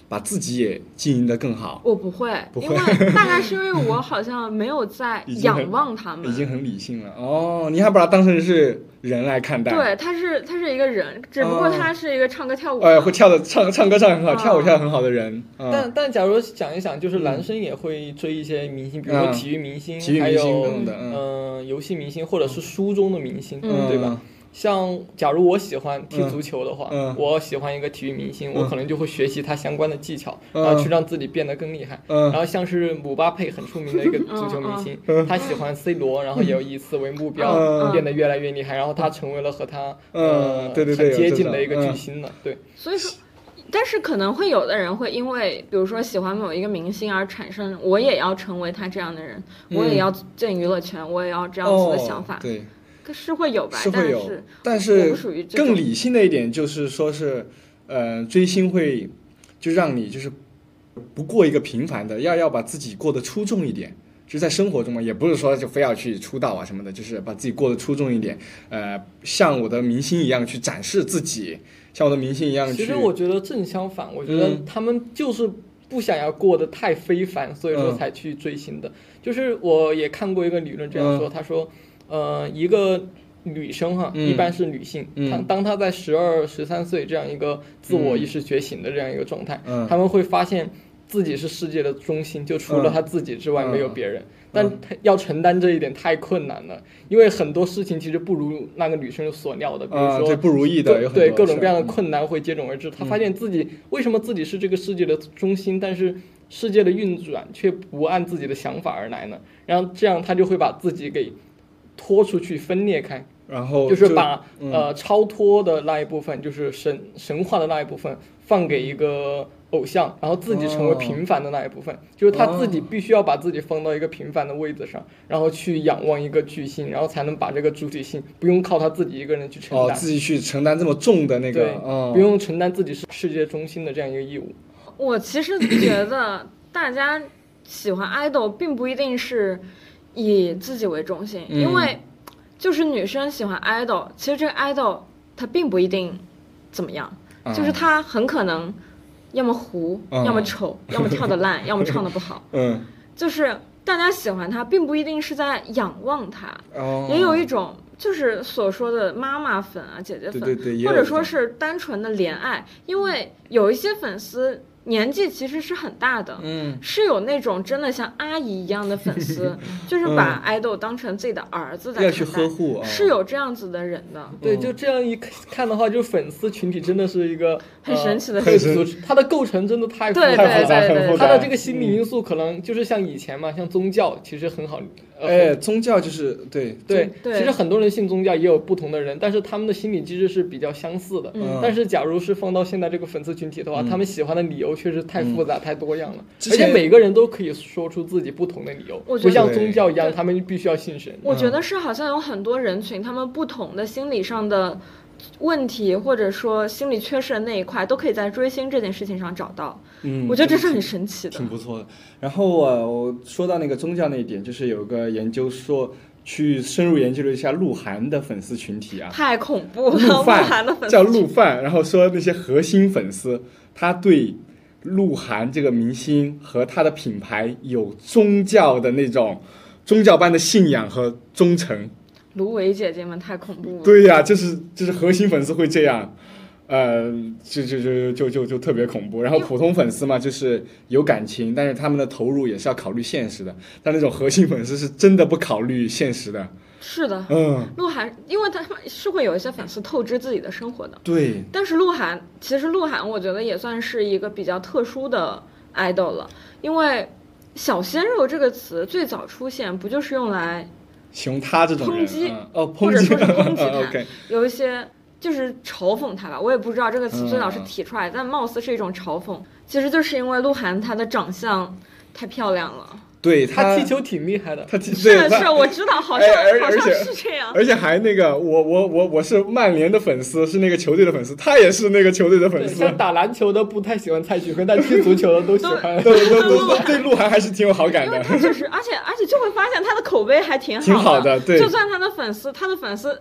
[SPEAKER 2] 把自己也经营得更好？
[SPEAKER 1] 我不会，
[SPEAKER 2] 不会
[SPEAKER 1] 因为大概是因为我好像没有在仰望他们，
[SPEAKER 2] 已经很理性了。哦，你还把他当成是人来看待？
[SPEAKER 1] 对，他是他是一个人，只不过他是一个唱歌跳舞，
[SPEAKER 2] 哎、哦呃，会跳的唱唱歌唱得很好，
[SPEAKER 1] 哦、
[SPEAKER 2] 跳舞跳得很好的人。
[SPEAKER 3] 嗯、但但假如想一想，就是男生也会追一些明星，嗯、比如说体育明星，
[SPEAKER 2] 体育明星等等，
[SPEAKER 3] 嗯、呃，游戏明星或者是书中的明星，
[SPEAKER 1] 嗯、
[SPEAKER 3] 对吧？像假如我喜欢踢足球的话，
[SPEAKER 2] 嗯、
[SPEAKER 3] 我喜欢一个体育明星，
[SPEAKER 2] 嗯、
[SPEAKER 3] 我可能就会学习他相关的技巧，
[SPEAKER 2] 嗯、
[SPEAKER 3] 然后去让自己变得更厉害。
[SPEAKER 2] 嗯、
[SPEAKER 3] 然后像是姆巴佩很出名的一个足球明星，
[SPEAKER 2] 嗯、
[SPEAKER 3] 他喜欢 C 罗，然后也有以此为目标，
[SPEAKER 2] 嗯、
[SPEAKER 3] 变得越来越厉害，然后他成为了和他、
[SPEAKER 2] 嗯、
[SPEAKER 3] 呃
[SPEAKER 2] 对对对
[SPEAKER 3] 很接近的一个巨星了。对，
[SPEAKER 1] 所以说。但是可能会有的人会因为比如说喜欢某一个明星而产生我也要成为他这样的人、嗯、我也要进娱乐圈，我也要这样子的想法、
[SPEAKER 2] 哦、对，
[SPEAKER 1] 是会有吧，
[SPEAKER 2] 是会有，
[SPEAKER 1] 但
[SPEAKER 2] 是更理性的一点就是说是呃追星会就让你就是不过一个平凡的，要要把自己过得出众一点，就是在生活中嘛，也不是说就非要去出道啊什么的，就是把自己过得出众一点，呃像我的明星一样去展示自己，像我的明星一样去。
[SPEAKER 3] 其实我觉得正相反，我觉得他们就是不想要过得太非凡、嗯、所以说才去追星的、嗯、就是我也看过一个理论这样说、嗯、他说呃一个女生哈、嗯、一般是女性、嗯、她当她在十二十三岁这样一个自我意识觉醒的这样一个状态、嗯、他们会发现自己是世界的中心，就除了他自己之外没有别人、嗯、但要承担这一点太困难了，因为很多事情其实不如那个女生所料的，比如说、嗯、
[SPEAKER 2] 对不如意的有很多，
[SPEAKER 3] 对各种各样的困难会接踵而至、嗯、他发现自己为什么自己是这个世界的中心、嗯、但是世界的运转却不按自己的想法而来呢，然后这样他就会把自己给拖出去分裂开，
[SPEAKER 2] 然后
[SPEAKER 3] 就, 就是把、
[SPEAKER 2] 嗯、
[SPEAKER 3] 呃超脱的那一部分，就是神神话的那一部分放给一个偶像，然后自己成为平凡的那一部分、哦、就是他自己必须要把自己放到一个平凡的位置上、哦、然后去仰望一个巨星，然后才能把这个主体性不用靠他自己一个人去承担，
[SPEAKER 2] 哦，自己去承担这么重的那个，
[SPEAKER 3] 对、哦、不用承担自己是世界中心的这样一个义务。
[SPEAKER 1] 我其实觉得大家喜欢 idol 并不一定是以自己为中心、嗯、因为就是女生喜欢 idol， 其实这个 idol 它并不一定怎么样、嗯、就是它很可能要么糊、嗯、要么丑，要么跳得烂要么唱得不好，
[SPEAKER 2] 嗯，
[SPEAKER 1] 就是大家喜欢他并不一定是在仰望他、
[SPEAKER 2] 哦、
[SPEAKER 1] 也有一种就是所说的妈妈粉啊姐姐粉，
[SPEAKER 2] 对对对，
[SPEAKER 1] 或者说是单纯的怜爱，因为有一些粉丝年纪其实是很大的，
[SPEAKER 2] 嗯，
[SPEAKER 1] 是有那种真的像阿姨一样的粉丝，就是把 idol 当成自己的儿子在看待，
[SPEAKER 2] 要去呵护、哦，
[SPEAKER 1] 是有这样子的人的。
[SPEAKER 3] 对，就这样一看的话，就粉丝群体真的是一个
[SPEAKER 1] 很神奇的
[SPEAKER 3] 组织、呃，它的构成真的太复杂，
[SPEAKER 1] 太复杂，对对对对，
[SPEAKER 3] 它的这个心理因素可能就是像以前嘛，像宗教其实很好。
[SPEAKER 2] 呃、哎，宗教就是对
[SPEAKER 3] 对
[SPEAKER 1] 对，
[SPEAKER 3] 其实很多人信宗教也有不同的人，但是他们的心理机制是比较相似的。
[SPEAKER 1] 嗯，
[SPEAKER 3] 但是假如是放到现在这个粉丝群体的话，嗯、他们喜欢的理由确实太复杂、嗯、太多样了，而且每个人都可以说出自己不同的理由，不像宗教一样，他们必须要信神。
[SPEAKER 1] 我觉得是好像有很多人群，他们不同的心理上的问题，或者说心理缺失的那一块，都可以在追星这件事情上找到。
[SPEAKER 2] 嗯，
[SPEAKER 1] 我觉得这是很神奇的，
[SPEAKER 2] 挺不错的。然后啊，我说到那个宗教那一点，就是有个研究说，去深入研究了一下鹿晗的粉丝群体啊，
[SPEAKER 1] 太恐怖了。
[SPEAKER 2] 鹿
[SPEAKER 1] 晗的粉丝
[SPEAKER 2] 叫鹿饭，然后说那些核心粉丝，他对鹿晗这个明星和他的品牌有宗教的那种宗教般的信仰和忠诚。
[SPEAKER 1] 芦苇姐姐们太恐怖了。
[SPEAKER 2] 对呀、啊，就是就是核心粉丝会这样，呃，就就就就就就特别恐怖。然后普通粉丝嘛，就是有感情，但是他们的投入也是要考虑现实的。但那种核心粉丝是真的不考虑现实的。
[SPEAKER 1] 是的，
[SPEAKER 2] 嗯，
[SPEAKER 1] 鹿晗，因为他们是会有一些粉丝透支自己的生活的。
[SPEAKER 2] 对。但
[SPEAKER 1] 是鹿晗，其实鹿晗我觉得也算是一个比较特殊的 idol 了，因为小鲜肉这个词最早出现不就是用来
[SPEAKER 2] 形容他这种人，
[SPEAKER 1] 抨击、
[SPEAKER 2] 嗯、哦，
[SPEAKER 1] 或者说是抨击他、
[SPEAKER 2] 嗯 okay、
[SPEAKER 1] 有一些就是嘲讽他吧，我也不知道这个词最早是提出来、嗯、但貌似是一种嘲讽，其实就是因为鹿晗他的长相太漂亮了。
[SPEAKER 2] 对 他,
[SPEAKER 3] 他踢球挺厉害的，
[SPEAKER 2] 他踢
[SPEAKER 1] 是的是我知道，好像、哎、好像是这样，
[SPEAKER 2] 而且还那个我我我我是曼联的粉丝，是那个球队的粉丝，他也是那个球队的粉丝。
[SPEAKER 3] 像打篮球的不太喜欢蔡徐坤，但踢足球的都喜欢，
[SPEAKER 2] 对对对，对鹿晗还是挺有好感的。
[SPEAKER 1] 他就是，而且而且就会发现他的口碑还挺好的，
[SPEAKER 2] 挺好的，对。
[SPEAKER 1] 就算他的粉丝，他的粉丝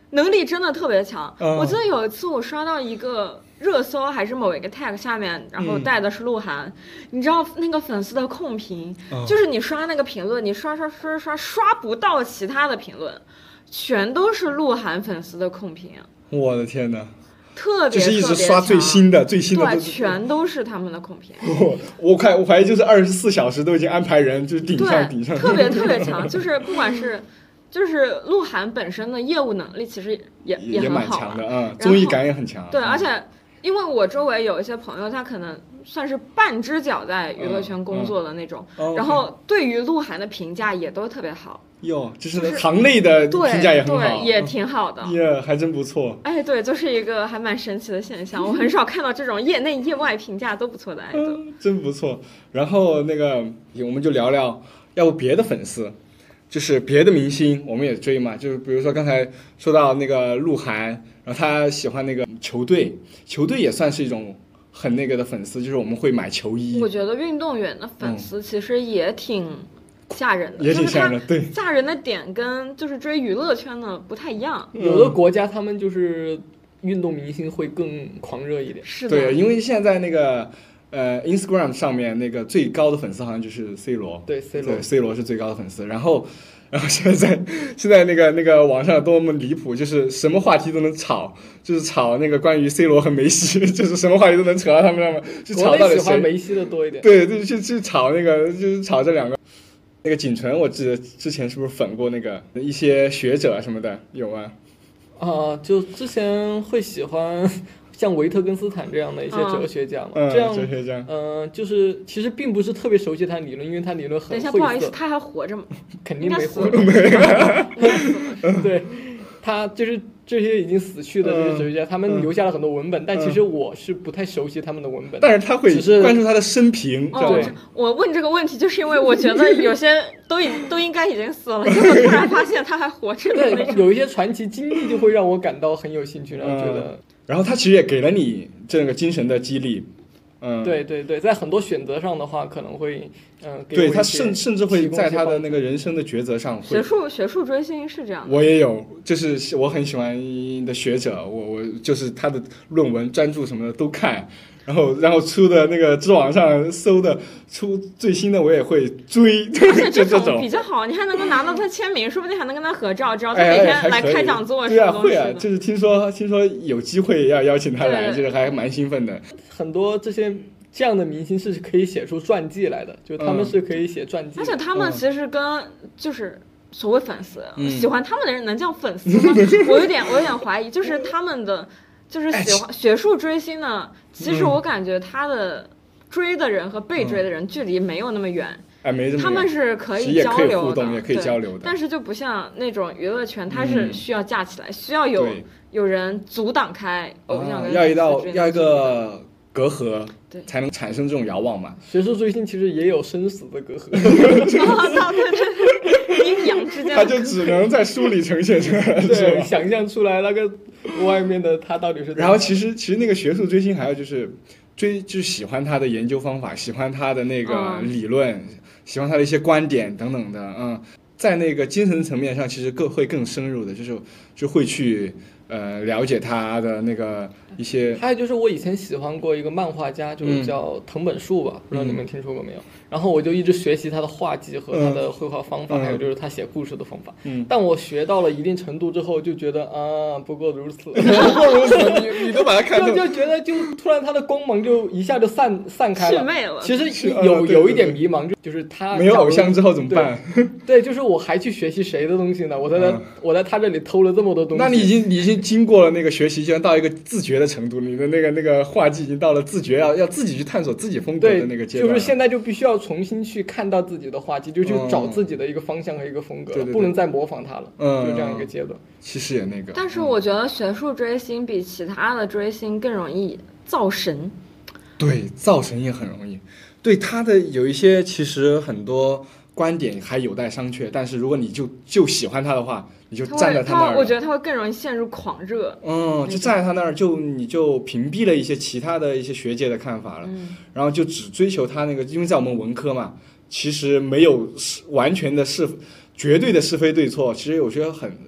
[SPEAKER 1] 能力真的特别强。
[SPEAKER 2] 嗯、
[SPEAKER 1] 我记得有一次我刷到一个热搜，还是某一个 tag 下面，然后带的是鹿晗、嗯、你知道那个粉丝的控评、嗯、就是你刷那个评论，你刷刷刷刷刷不到其他的评论，全都是鹿晗粉丝的控评。
[SPEAKER 2] 我的天哪，
[SPEAKER 1] 特别
[SPEAKER 2] 就是一直刷最新的最新的，
[SPEAKER 1] 对，全都是他们的控评。
[SPEAKER 2] 我我怀我怀疑就是二十四小时都已经安排人就是顶上顶上，
[SPEAKER 1] 特别特别强，就是不管是就是鹿晗本身的业务能力其实也
[SPEAKER 2] 也
[SPEAKER 1] 也很好
[SPEAKER 2] 强的，嗯，综艺感也很强。
[SPEAKER 1] 对，
[SPEAKER 2] 嗯、
[SPEAKER 1] 而且因为我周围有一些朋友，他可能算是半只脚在娱乐圈工作的那种，
[SPEAKER 2] 嗯嗯、
[SPEAKER 1] 然后对于鹿晗的评价也都特别好。
[SPEAKER 2] 哟，就是行内的评价也很好，
[SPEAKER 1] 对，也挺好的，
[SPEAKER 2] 耶，还真不错。
[SPEAKER 1] 哎，对，就是一个还蛮神奇的现象，我很少看到这种业内业外评价都不错的爱豆、
[SPEAKER 2] 嗯，真不错。然后那个我们就聊聊，要不别的粉丝，就是别的明星我们也追嘛，就是比如说刚才说到那个鹿晗，然后他喜欢那个球队，球队也算是一种很那个的粉丝，就是我们会买球衣。
[SPEAKER 1] 我觉得运动员的粉丝其实也挺。吓人的，
[SPEAKER 2] 也挺吓人的，对，
[SPEAKER 1] 吓人的点跟就是追娱乐圈的不太一样。
[SPEAKER 3] 有的国家他们就是运动明星会更狂热一点，
[SPEAKER 1] 是的，
[SPEAKER 2] 对，因为现在那个呃 Instagram 上面那个最高的粉丝好像就是 C 罗，
[SPEAKER 3] 对 C 罗，
[SPEAKER 2] 对 C 罗是最高的粉丝。然后，然后现在现在那个那个网上多么离谱，就是什么话题都能吵，就是吵那个关于 C 罗和梅西，就是什么话题都能扯到他们上面，就吵到底谁
[SPEAKER 3] 喜欢梅西的多一点，
[SPEAKER 2] 对，就去去吵那个，就是吵这两个。那个景纯，我记得之前是不是粉过那个一些学者什么的，有吗？
[SPEAKER 3] 啊、呃，就之前会喜欢像维特根斯坦这样的一些哲学家嘛，
[SPEAKER 2] 嗯、
[SPEAKER 3] 这样
[SPEAKER 2] 哲学家，
[SPEAKER 3] 嗯、呃，就是其实并不是特别熟悉他理论，因为他理论很晦涩。
[SPEAKER 1] 等一下，不好意思，他还活着吗？
[SPEAKER 3] 肯定没活
[SPEAKER 1] 着。
[SPEAKER 3] 对，他就是这些已经死去的这些哲学家，嗯、他们留下了很多文本，嗯、但其实我是不太熟悉他们的文本。
[SPEAKER 2] 但是他会关注他的生平。
[SPEAKER 1] 哦，我问这个问题就是因为我觉得有些都已都应该已经死了，结果突然发现他还活着的那种。
[SPEAKER 3] 对，有一些传奇经历就会让我感到很有兴趣，然后觉得、
[SPEAKER 2] 嗯。然后他其实也给了你这个精神的激励。嗯，
[SPEAKER 3] 对对对，在很多选择上的话，可能会嗯、呃，
[SPEAKER 2] 对他甚甚至会在他的那个人生的抉择上会，
[SPEAKER 1] 学术学术追星是这样。
[SPEAKER 2] 我也有，就是我很喜欢的学者，我我就是他的论文、专著什么的都看，然后然后出的那个知网上搜的出最新的我也会追，
[SPEAKER 1] 而且这
[SPEAKER 2] 种
[SPEAKER 1] 比较好，你还能够拿到他签名，说不定还能跟他合照，只要他每天来开讲座
[SPEAKER 2] 什么东西的。对啊，会啊，就是听说听说有机会要邀请他来，就是还蛮兴奋的。
[SPEAKER 3] 很多这些这样的明星是可以写出传记来的，就他们是可以写传记的、
[SPEAKER 1] 嗯，而且他们其实跟就是所谓粉丝、嗯、喜欢他们的人能叫粉丝吗？我有点我有点怀疑，就是他们的就是喜欢学术追星呢，其实我感觉他的追的人和被追的人距离没有那么远。
[SPEAKER 2] 哎，没这么远，
[SPEAKER 1] 他们是可以交流的，
[SPEAKER 2] 也可以交流的，
[SPEAKER 1] 但是就不像那种娱乐圈，它是需要架起来，嗯、需要有有人阻挡开偶像跟、
[SPEAKER 2] 啊、要一道要一个隔阂，才能产生这种遥望嘛。
[SPEAKER 3] 学术追星其实也有生死的隔阂，
[SPEAKER 1] 哦，对对对，阴阳之间，
[SPEAKER 2] 他就只能在书里呈现出来，
[SPEAKER 3] 对，想象出来那个外面的他到底是。
[SPEAKER 2] 然后其实其实那个学术追星还有就是追就是喜欢他的研究方法，喜欢他的那个理论。嗯，喜欢他的一些观点等等的，嗯，在那个精神层面上，其实更会更深入的，就是就会去呃了解他的那个一些。
[SPEAKER 3] 还有就是我以前喜欢过一个漫画家，就是叫藤本树吧，嗯、不知道你们听说过没有？然后我就一直学习他的画技和他的绘画方法，嗯、还有就是他写故事的方法。嗯，但我学到了一定程度之后，就觉得啊，不过如此，不
[SPEAKER 2] 过如此，你你都把它看透，
[SPEAKER 3] 就就觉得就突然他的光芒就一下就散散开了，
[SPEAKER 1] 祛魅了。
[SPEAKER 3] 其实有、呃、有一点迷茫，就就是他
[SPEAKER 2] 没有偶像之后怎么办？
[SPEAKER 3] 对，对就是我还去学习谁的东西呢？我在他、嗯、我在他这里偷了这么多东西。
[SPEAKER 2] 那你已经你已经经过了那个学习，就要到一个自觉的程度，你的那个那个画技已经到了自觉要要自己去探索自己风格的那个阶段。
[SPEAKER 3] 就是现在就必须要重新去看到自己的画技，就去找自己的一个方向和一个风格，
[SPEAKER 2] 嗯、对对对
[SPEAKER 3] 不能再模仿他了。
[SPEAKER 2] 嗯，
[SPEAKER 3] 就这样一个阶段。
[SPEAKER 2] 其实也那个，
[SPEAKER 1] 但是我觉得学术追星比其他的追星更容易造神。
[SPEAKER 2] 对，造神也很容易。对他的有一些其实很多观点还有待商榷，但是如果你就就喜欢他的话，你就站在他那儿，
[SPEAKER 1] 我觉得他会更容易陷入狂热。
[SPEAKER 2] 嗯，就站在他那儿，就你就屏蔽了一些其他的一些学界的看法了，
[SPEAKER 1] 嗯、
[SPEAKER 2] 然后就只追求他那个，因为在我们文科嘛，其实没有完全的是绝对的是非对错，其实我觉得很嗯、呃，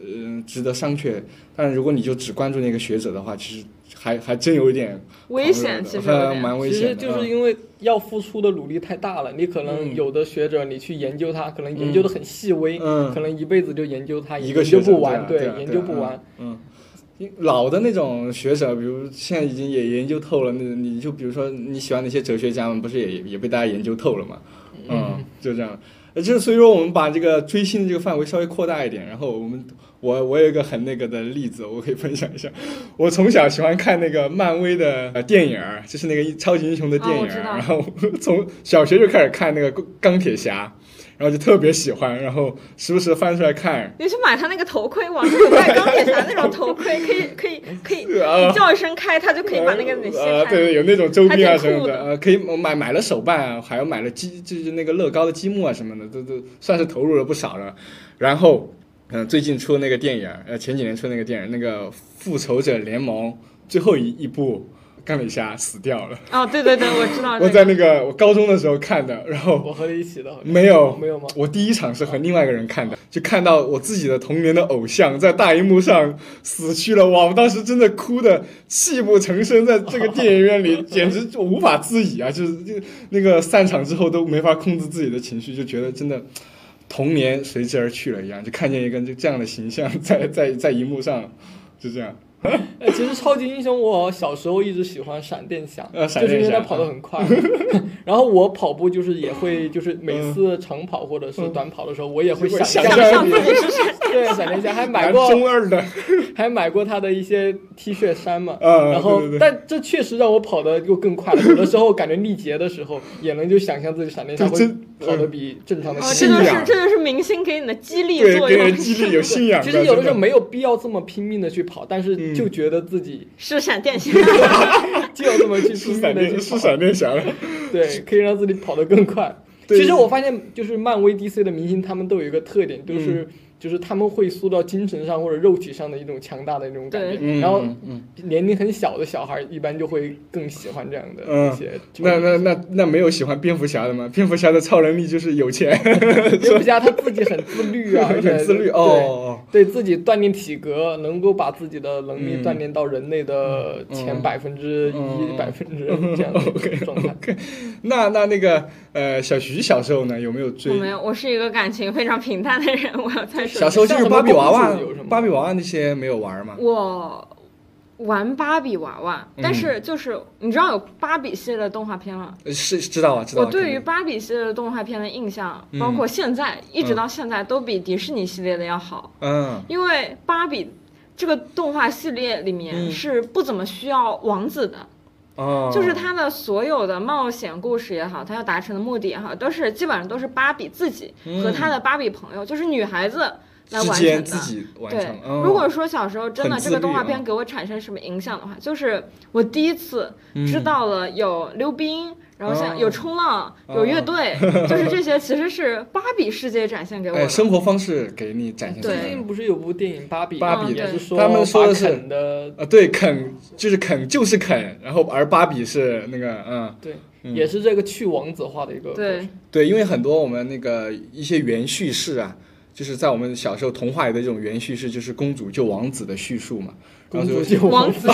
[SPEAKER 2] 值得商榷。但如果你就只关注那个学者的话，其实还还真有一点
[SPEAKER 1] 危险，其实
[SPEAKER 2] 蛮危险的。
[SPEAKER 3] 其实就是因为要付出的努力太大了，你可能有的学者你去研究它，可能研究的很细微，
[SPEAKER 2] 嗯，
[SPEAKER 3] 可能一辈子就研究它，
[SPEAKER 2] 一个
[SPEAKER 3] 研究不完，
[SPEAKER 2] 对，
[SPEAKER 3] 研究不完，
[SPEAKER 2] 嗯。老的那种学者，比如现在已经也研究透了，那你就比如说你喜欢那些哲学家们，不是也也被大家研究透了嘛？嗯，就这样。就是所以说，我们把这个追星的这个范围稍微扩大一点，然后我们我我有一个很那个的例子，我可以分享一下。我从小喜欢看那个漫威的电影，就是那个超级英雄的电影，
[SPEAKER 1] 哦、
[SPEAKER 2] 然后从小学就开始看那个钢铁侠。然后就特别喜欢，然后时不时翻出来看。
[SPEAKER 1] 你去买他那个头盔，网上有卖钢铁侠那种头盔，可以可以可以，你叫一声开，他就可以把那个给掀开。
[SPEAKER 2] 呃，对对，有那种周边啊什么的，呃，可以买买了手办啊，还有买了积就是那个乐高的积木啊什么的，都都算是投入了不少了。然后，嗯、呃，最近出的那个电影，呃，前几年出的那个电影，那个复仇者联盟最后一一部。钢铁侠死掉了。
[SPEAKER 1] 哦，对对对，我知道、这个。
[SPEAKER 2] 我在那个我高中的时候看的，然后
[SPEAKER 3] 我和你一起的。
[SPEAKER 2] 没有，
[SPEAKER 3] 没有吗？
[SPEAKER 2] 我第一场是和另外一个人看的，就看到我自己的童年的偶像在大荧幕上死去了，哇！我当时真的哭的泣不成声，在这个电影院里简直就无法自已啊！就是就那个散场之后都没法控制自己的情绪，就觉得真的童年随之而去了一样，就看见一个这样的形象在在在荧幕上，就这样。
[SPEAKER 3] 其实超级英雄我小时候一直喜欢闪电侠，
[SPEAKER 2] 呃、
[SPEAKER 3] 就是因为他跑得很快。然后我跑步就是也会，就是每次长跑或者是短跑的时候，我也会想
[SPEAKER 1] 象自己是闪电侠。
[SPEAKER 3] 对，闪电侠还买过
[SPEAKER 2] 中二的，
[SPEAKER 3] 还买过他的一些 T 恤衫嘛。
[SPEAKER 2] 嗯、
[SPEAKER 3] 然后
[SPEAKER 2] 对对对，
[SPEAKER 3] 但这确实让我跑得又更快了。有的时候感觉力竭的时候，也能就想象自己闪电侠会跑得比正常的。
[SPEAKER 1] 哦，这就是这就是明星给你的激励作用，
[SPEAKER 2] 对，给人激励有信仰。
[SPEAKER 3] 其实有的时候没有必要这么拼命的去跑，但是就觉得自己
[SPEAKER 1] 是闪电侠，
[SPEAKER 3] 就要这么去拼命的去跑。
[SPEAKER 2] 是闪电侠了，
[SPEAKER 3] 对，可以让自己跑得更快。其实我发现，就是漫威 D C 的明星，他们都有一个特点，就是、嗯、就是他们会塑造精神上或者肉体上的一种强大的那种感觉。然后年龄很小的小孩一般就会更喜欢这样的一些、嗯。
[SPEAKER 2] 那那那那没有喜欢蝙蝠侠的吗？蝙蝠侠的超能力就是有钱。
[SPEAKER 3] 蝙蝠侠他自己很自律啊，而且
[SPEAKER 2] 很自律哦，
[SPEAKER 3] 对，对自己锻炼体格，能够把自己的能力锻炼到人类的前百分之一、百分之这样的状态。
[SPEAKER 2] Okay, okay. 那那那个呃，小徐小时候呢，有没有追？
[SPEAKER 1] 我没有，我是一个感情非常平淡的人。我要再说，
[SPEAKER 2] 小时候就是芭比娃娃，芭比娃娃那些没有玩吗？
[SPEAKER 1] 我玩芭比娃娃，但是就是、嗯、你知道有芭比系列的动画片吗？
[SPEAKER 2] 是知道啊，知道。
[SPEAKER 1] 我对于芭比系列的动画片的印象，嗯、包括现在、嗯、一直到现在都比迪士尼系列的要好。
[SPEAKER 2] 嗯，
[SPEAKER 1] 因为芭比这个动画系列里面是不怎么需要王子的。
[SPEAKER 2] 哦、
[SPEAKER 1] 就是他的所有的冒险故事也好，他要达成的目的也好，都是基本上都是芭比自己和他的芭比朋友，嗯、就是女孩子来完成的。
[SPEAKER 2] 自己完成。
[SPEAKER 1] 对、
[SPEAKER 2] 哦，
[SPEAKER 1] 如果说小时候真的这个动画片给我产生什么影响的话，就是我第一次知道了有溜冰。嗯，然后像有冲浪、哦、有乐队、哦、就是这些其实是芭比世界展现给我的、
[SPEAKER 2] 哎、生活方式给你展现。
[SPEAKER 3] 最近不是有部电影芭比，
[SPEAKER 2] 芭比
[SPEAKER 3] 也是说
[SPEAKER 2] 他们说的是
[SPEAKER 3] 的
[SPEAKER 2] 呃对肯就是肯就是肯，然后而芭比是那个嗯
[SPEAKER 3] 对、嗯、也是这个去王子化的一个
[SPEAKER 1] 对
[SPEAKER 2] 对，因为很多我们那个一些原叙事啊，就是在我们小时候童话里的这种原叙事，就是公主救王子的叙述嘛。
[SPEAKER 3] 公主救王子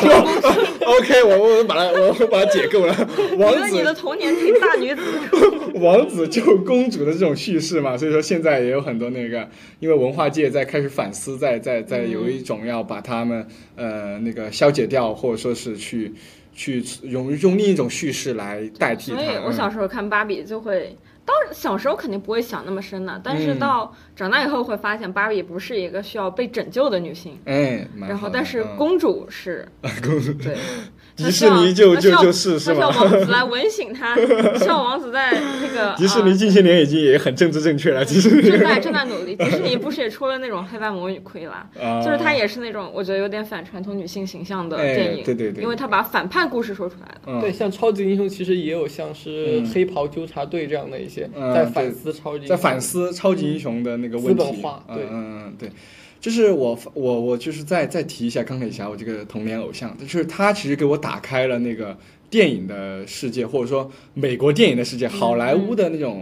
[SPEAKER 2] ，OK， 我我把它我我把它解构了。王子，
[SPEAKER 1] 你的童年挺大女子。
[SPEAKER 2] 王子救公主的这种叙事嘛，所以说现在也有很多那个，因为文化界在开始反思，在在在有一种要把他们、嗯、呃那个消解掉，或者说是去去用用另一种叙事来代替它。
[SPEAKER 1] 所以我小时候看芭比就会。当然小时候肯定不会想那么深的，但是到长大以后会发现芭比不是一个需要被拯救的女性，
[SPEAKER 2] 哎，
[SPEAKER 1] 然后但是公主是，
[SPEAKER 2] 嗯、公主
[SPEAKER 1] 对，
[SPEAKER 2] 迪士尼就就就是是
[SPEAKER 1] 吧？需要王子来吻醒她，需要王子在那个
[SPEAKER 2] 迪士尼近些年已经也很政治正确了，迪士尼
[SPEAKER 1] 正在正在努力。迪士尼不是也出了那种黑白魔女奎拉，
[SPEAKER 2] 啊、
[SPEAKER 1] 就是她也是那种我觉得有点反传统女性形象的电影，
[SPEAKER 2] 哎、对对对，
[SPEAKER 1] 因为她把反派故事说出来了。
[SPEAKER 2] 嗯、
[SPEAKER 3] 对，像超级英雄其实也有像是黑袍纠察队这样的一些。
[SPEAKER 2] 嗯、
[SPEAKER 3] 在反思超级英雄，
[SPEAKER 2] 在反思超级英雄的那个问题，
[SPEAKER 3] 资本化，对，
[SPEAKER 2] 嗯嗯对，就是我我我就是再再提一下钢铁侠，我这个童年偶像，就是他其实给我打开了那个电影的世界，或者说美国电影的世界，好莱坞的那种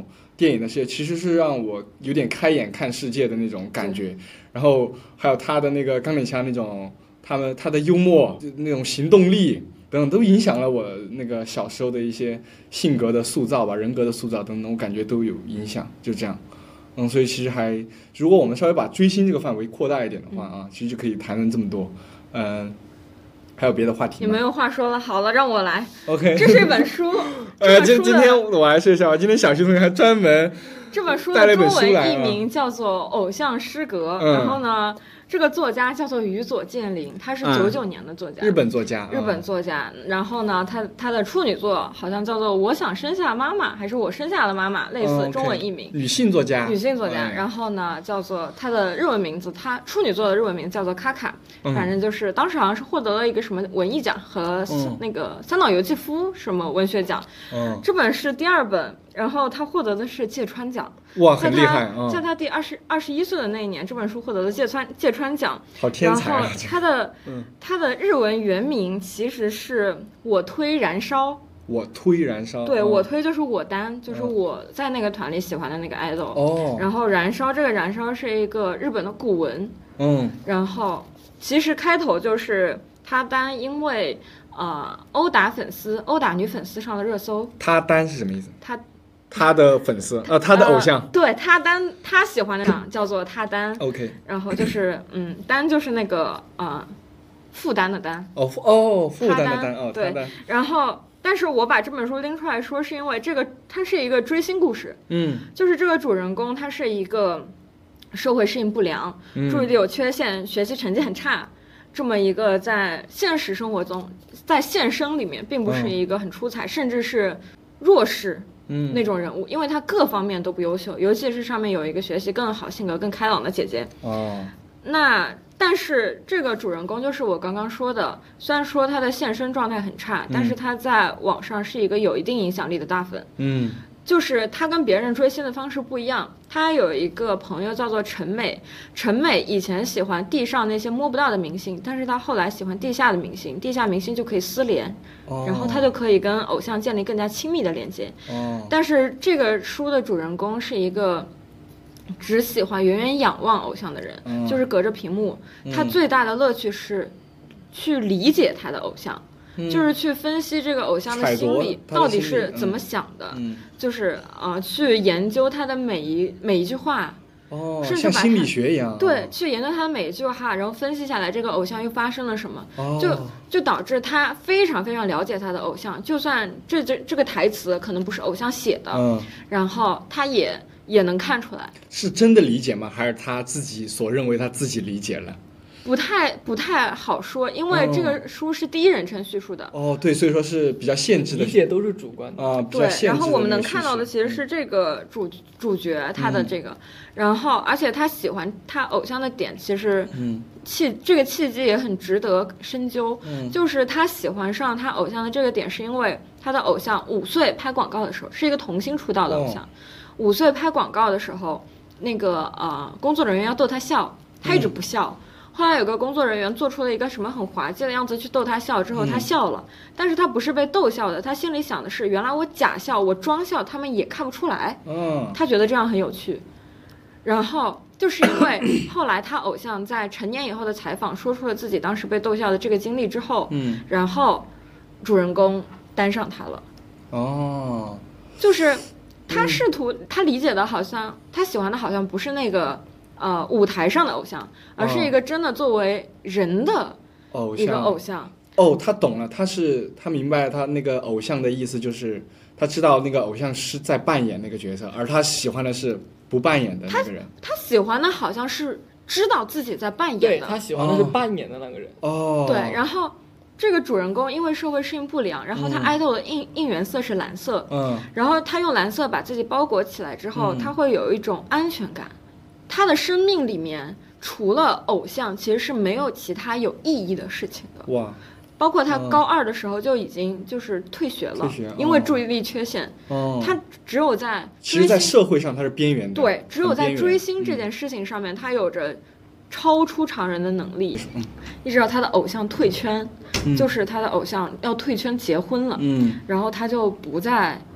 [SPEAKER 2] 电影的世界，其实是让我有点开眼看世界的那种感觉。然后还有他的那个钢铁侠那种，他们他的幽默，那种行动力等等，都影响了我那个小时候的一些性格的塑造吧，人格的塑造等等，我感觉都有影响。就这样，嗯，所以其实还，如果我们稍微把追星这个范围扩大一点的话啊，其实就可以谈论这么多。嗯，还有别的话题吗？
[SPEAKER 1] 你没有话说了，好了，让我来。
[SPEAKER 2] OK，
[SPEAKER 1] 这是一本书。
[SPEAKER 2] 呃，今今天我来说一下，今天小徐同学还专门
[SPEAKER 1] 这本书的中文译名叫做《偶像失格》，
[SPEAKER 2] 嗯、
[SPEAKER 1] 然后呢，这个作家叫做宇佐健林，他是九九年的作家、
[SPEAKER 2] 嗯，日本作家，
[SPEAKER 1] 日本作家。嗯、然后呢，他他的处女作好像叫做《我想生下妈妈》，还是我生下了妈妈，类似中文译名。
[SPEAKER 2] 嗯、女性作家，
[SPEAKER 1] 女性作家。嗯、然后呢，叫做他的日文名字，他处女作的日文名叫做卡卡，嗯、反正就是当时好像是获得了一个什么文艺奖和那个三岛由纪夫什么文学奖。
[SPEAKER 2] 嗯，
[SPEAKER 1] 这本是第二本。然后他获得的是芥川奖，
[SPEAKER 2] 哇，很厉害啊！
[SPEAKER 1] 在他第二十二十一岁的那一年，这本书获得了芥川芥川奖，
[SPEAKER 2] 好天才啊！
[SPEAKER 1] 然后他的、
[SPEAKER 2] 嗯、
[SPEAKER 1] 他的日文原名其实是我推燃烧，
[SPEAKER 2] 我推燃烧，
[SPEAKER 1] 对、
[SPEAKER 2] 哦、
[SPEAKER 1] 我推就是我单，就是我在那个团里喜欢的那个 idol
[SPEAKER 2] 哦。
[SPEAKER 1] 然后燃烧这个燃烧是一个日本的古文，
[SPEAKER 2] 嗯，
[SPEAKER 1] 然后其实开头就是他单因为呃殴打粉丝、殴打女粉丝上了热搜。
[SPEAKER 2] 他单是什么意思？
[SPEAKER 1] 他。
[SPEAKER 2] 他的粉丝，呃，他的偶像，
[SPEAKER 1] 呃、对他单，他喜欢的奖叫做他单
[SPEAKER 2] ，OK，
[SPEAKER 1] 然后就是嗯，单就是那个呃，负担的担，
[SPEAKER 2] 哦哦，负担的担，哦，
[SPEAKER 1] 对，然后，但是我把这本书拎出来说，是因为这个它是一个追星故事，
[SPEAKER 2] 嗯，
[SPEAKER 1] 就是这个主人公他是一个社会适应不良、
[SPEAKER 2] 嗯、
[SPEAKER 1] 注意力有缺陷、学习成绩很差。这么一个在现实生活中，在现生里面并不是一个很出彩，嗯、甚至是弱势。
[SPEAKER 2] 嗯，
[SPEAKER 1] 那种人物，因为他各方面都不优秀，尤其是上面有一个学习更好、性格更开朗的姐姐。
[SPEAKER 2] 哦，
[SPEAKER 1] 那但是这个主人公就是我刚刚说的，虽然说他的现身状态很差，嗯、但是他在网上是一个有一定影响力的大粉。
[SPEAKER 2] 嗯，
[SPEAKER 1] 就是他跟别人追星的方式不一样。他有一个朋友叫做陈美，陈美以前喜欢地上那些摸不到的明星，但是他后来喜欢地下的明星，地下明星就可以私联，
[SPEAKER 2] 哦、
[SPEAKER 1] 然后他就可以跟偶像建立更加亲密的连接。
[SPEAKER 2] 哦、
[SPEAKER 1] 但是这个书的主人公是一个只喜欢远远仰望偶像的人，
[SPEAKER 2] 嗯、
[SPEAKER 1] 就是隔着屏幕，
[SPEAKER 2] 嗯、他
[SPEAKER 1] 最大的乐趣是去理解他的偶像。
[SPEAKER 2] 嗯、
[SPEAKER 1] 就是去分析这个偶像的心理到底是怎么想的，
[SPEAKER 2] 嗯、
[SPEAKER 1] 就是呃去研究他的每一每一句话，
[SPEAKER 2] 哦，
[SPEAKER 1] 甚至把
[SPEAKER 2] 像心理学一样，
[SPEAKER 1] 对，去研究他的每一句话，然后分析下来这个偶像又发生了什么，
[SPEAKER 2] 哦、
[SPEAKER 1] 就就导致他非常非常了解他的偶像，就算这这这个台词可能不是偶像写的，
[SPEAKER 2] 嗯、
[SPEAKER 1] 然后他也也能看出来，
[SPEAKER 2] 是真的理解吗？还是他自己所认为他自己理解了？
[SPEAKER 1] 不太不太好说，因为这个书是第一人称叙述的。
[SPEAKER 2] 哦，对，所以说是比较限制的，
[SPEAKER 3] 理解都是主观的
[SPEAKER 2] 啊，比较限制的。
[SPEAKER 1] 对，然后我们能看到的其实是这个主、嗯、主角他的这个，然后而且他喜欢他偶像的点，其实契、嗯、这个契机也很值得深究。
[SPEAKER 2] 嗯，
[SPEAKER 1] 就是他喜欢上他偶像的这个点，是因为他的偶像五岁拍广告的时候是一个童星出道的偶像，五、哦、岁拍广告的时候，那个呃工作人员要逗他笑，他一直不笑。嗯，后来有个工作人员做出了一个什么很滑稽的样子去逗他笑，之后他笑了，嗯、但是他不是被逗笑的，他心里想的是原来我假笑我装笑他们也看不出来，
[SPEAKER 2] 嗯，
[SPEAKER 1] 他觉得这样很有趣。然后就是因为后来他偶像在成年以后的采访说出了自己当时被逗笑的这个经历之后，
[SPEAKER 2] 嗯，
[SPEAKER 1] 然后主人公担上他了。
[SPEAKER 2] 哦，
[SPEAKER 1] 就是他试图、嗯、他理解的好像他喜欢的好像不是那个呃，舞台上的偶像，而是一个真的作为人的一个偶像。
[SPEAKER 2] 哦，他懂了，他是他明白他那个偶像的意思，就是他知道那个偶像是在扮演那个角色，而他喜欢的是不扮演的那个人。
[SPEAKER 1] 他, 他喜欢的好像是知道自己在扮演的，
[SPEAKER 3] 对，他喜欢的是扮演的那个人。
[SPEAKER 2] 哦，
[SPEAKER 1] 对，然后这个主人公因为社会适应不良，然后他爱豆的应、嗯、应援色是蓝色，
[SPEAKER 2] 嗯，
[SPEAKER 1] 然后他用蓝色把自己包裹起来之后，
[SPEAKER 2] 嗯、
[SPEAKER 1] 他会有一种安全感。他的生命里面除了偶像其实是没有其他有意义的事情的。
[SPEAKER 2] 哇，
[SPEAKER 1] 包括他高二的时候就已经就是退学了，
[SPEAKER 2] 退学
[SPEAKER 1] 因为注意力缺陷。
[SPEAKER 2] 哦，
[SPEAKER 1] 他只有在
[SPEAKER 2] 其实在社会上他是边缘的，
[SPEAKER 1] 对，只有在追星这件事情上面、嗯、他有着超出常人的能力。
[SPEAKER 2] 嗯，
[SPEAKER 1] 一直到他的偶像退圈、
[SPEAKER 2] 嗯、
[SPEAKER 1] 就是他的偶像要退圈结婚了，
[SPEAKER 2] 嗯，
[SPEAKER 1] 然后他就不再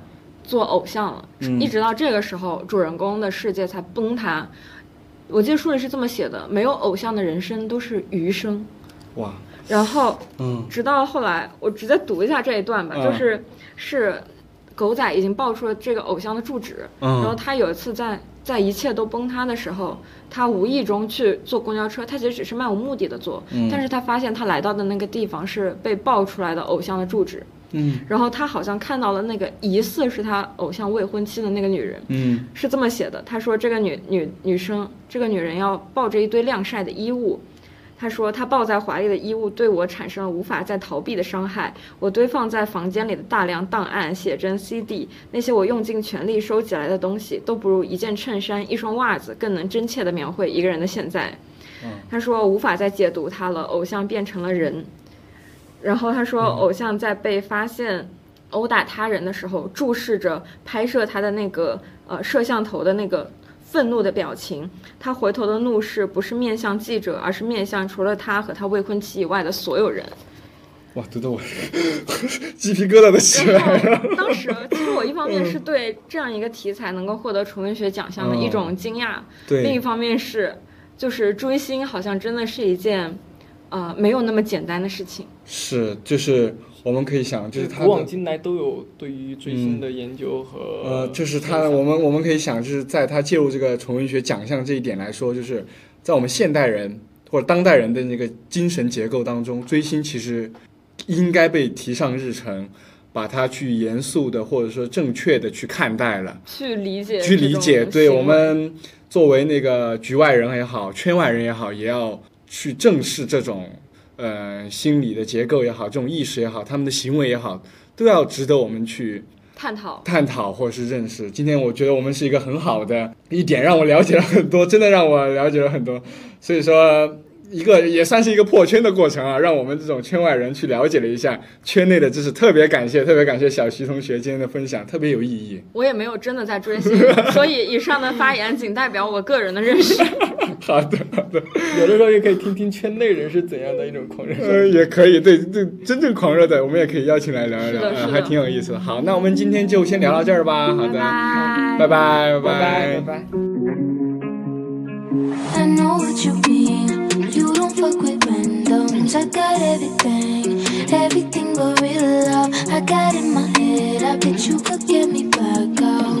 [SPEAKER 1] 做偶像了，
[SPEAKER 2] 嗯、
[SPEAKER 1] 一直到这个时候，主人公的世界才崩塌。我记得书里是这么写的：没有偶像的人生都是余生。
[SPEAKER 2] 哇！
[SPEAKER 1] 然后，
[SPEAKER 2] 嗯，
[SPEAKER 1] 直到后来，我直接读一下这一段吧，
[SPEAKER 2] 嗯、
[SPEAKER 1] 就是是狗仔已经爆出了这个偶像的住址，
[SPEAKER 2] 嗯、
[SPEAKER 1] 然后他有一次在在一切都崩塌的时候，他无意中去坐公交车，他其实只是漫无目的的坐，
[SPEAKER 2] 嗯、
[SPEAKER 1] 但是他发现他来到的那个地方是被爆出来的偶像的住址。
[SPEAKER 2] 嗯，
[SPEAKER 1] 然后他好像看到了那个疑似是他偶像未婚妻的那个女人，
[SPEAKER 2] 嗯，
[SPEAKER 1] 是这么写的。他说这个女女女生，这个女人要抱着一堆晾晒的衣物。他说她抱在怀里的衣物对我产生了无法再逃避的伤害。我堆放在房间里的大量档案、写真、C D， 那些我用尽全力收集来的东西，都不如一件衬衫、一双袜子更能真切地描绘一个人的现在。
[SPEAKER 2] 嗯、
[SPEAKER 1] 他说无法再解读他了，偶像变成了人。然后他说，偶像在被发现殴打他人的时候，注视着拍摄他的那个呃摄像头的那个愤怒的表情。他回头的怒视不是面向记者，而是面向除了他和他未婚妻以外的所有人。
[SPEAKER 2] 哇，读得我鸡皮疙瘩都起来了。
[SPEAKER 1] 当时其实我一方面是对这样一个题材能够获得纯文学奖项的一种惊讶，
[SPEAKER 2] 对、嗯，
[SPEAKER 1] 另一方面是就是追星好像真的是一件呃没有那么简单的事情。
[SPEAKER 2] 是，就是我们可以想，就是他
[SPEAKER 3] 古往今来都有对于追星的研究和、
[SPEAKER 2] 嗯、呃，就是他，我们我们可以想，就是在他介入这个纯文学奖项这一点来说，就是在我们现代人或者当代人的那个精神结构当中，追星其实应该被提上日程，把它去严肃的或者说正确的去看待了，
[SPEAKER 1] 去理解，
[SPEAKER 2] 去理解。对，我们作为那个局外人也好，圈外人也好，也要去正视这种。呃，心理的结构也好，这种意识也好，他们的行为也好，都要值得我们去
[SPEAKER 1] 探讨、
[SPEAKER 2] 探讨或者是认识。今天我觉得我们是一个很好的一点，让我了解了很多，真的让我了解了很多。所以说，一个也算是一个破圈的过程啊，让我们这种圈外人去了解了一下圈内的知识。特别感谢，特别感谢小徐同学今天的分享，特别有意义。
[SPEAKER 1] 我也没有真的在追星，所以以上的发言仅代表我个人的认识。
[SPEAKER 2] 好的，好的，
[SPEAKER 3] 有的时候也可以听听圈内人是怎样的一种狂热。
[SPEAKER 2] 呃，也可以，对对，真正狂热的，我们也可以邀请来聊一聊，呃，还挺有意思的。好，那我们今天就先聊到这儿吧。好的，拜拜，拜拜，拜拜。I know what you mean. You don't fuck with randoms. I got everything, everything but real love. I got in my head. I bet you could get me back out.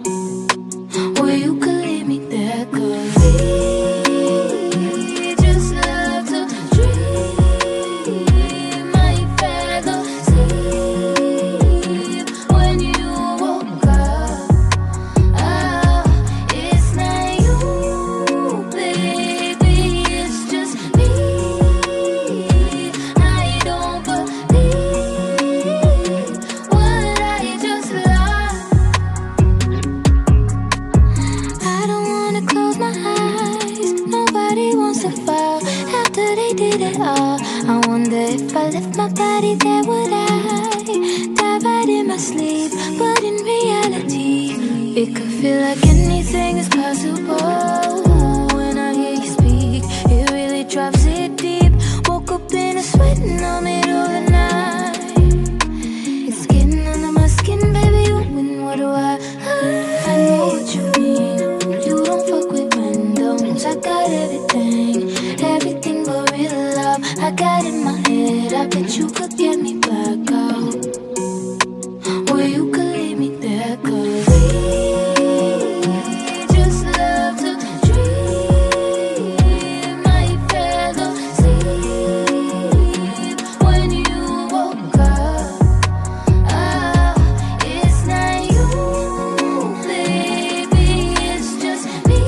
[SPEAKER 2] Or you could leave me there, 'cause we just love to dream. My fantasy when you woke up. Oh, it's not you, baby, it's just me. I don't believe what I just lost. I don't wanna close my eyes. Nobody wants to fall after they did it all. I wonder if I left my body there, would I die right in my sleep? But in reality, it could feel like anything is possible. When I hear you speak, it really drops it deep. Woke up in a sweat in the middle of the night. It's getting under my skin, baby, when what do I I know what you mean. You don't fuck with randoms. I got everything, everything but real love. I got in my head. I bet you could get me back out. Or you could leave me there, 'cause we just love to dream. My fantasy when you woke up. Oh, it's not you, baby, it's just me.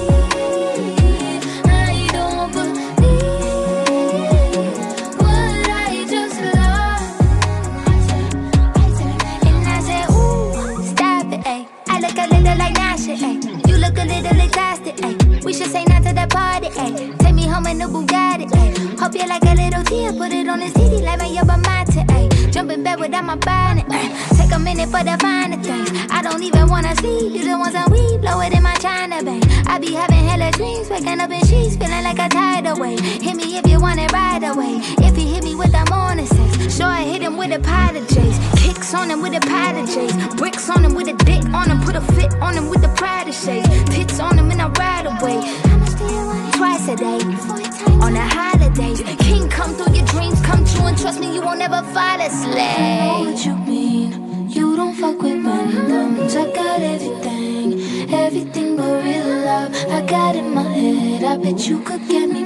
[SPEAKER 2] I don't believe what I just lost. And I said, ooh, stop it, ayy. I look a little like Nasha, ayy. You look a little exhausted, ayy. We should say not to the party, ayy. Take me home in the Bugatti, ayy. Hope you like a little tear, put it on the C D like my yerba mate, ayy. Jump in bed without my bonnet, ayy. Take a minute for the finer things. I don't even wanna sleep, you the ones on weed, blow it in my China bank. I be having hella dreams, waking up in sheets, feeling like a tidal wave. Hit me if you want it right away. If you hit me with that morning sex, sure I hit him with a pot of J's. Kicks on him with a pot of J's. Bricks
[SPEAKER 4] Flex on him with a dick on him, put a fit on him with the Prada shades. Tits on him and I ride away. Twice a day, on the holidays. King come through your dreams, come true, and trust me, you won't ever fall asleep. I know what you mean. You don't fuck with randoms. I got everything, everything but real love. I got in my head. I bet you could get me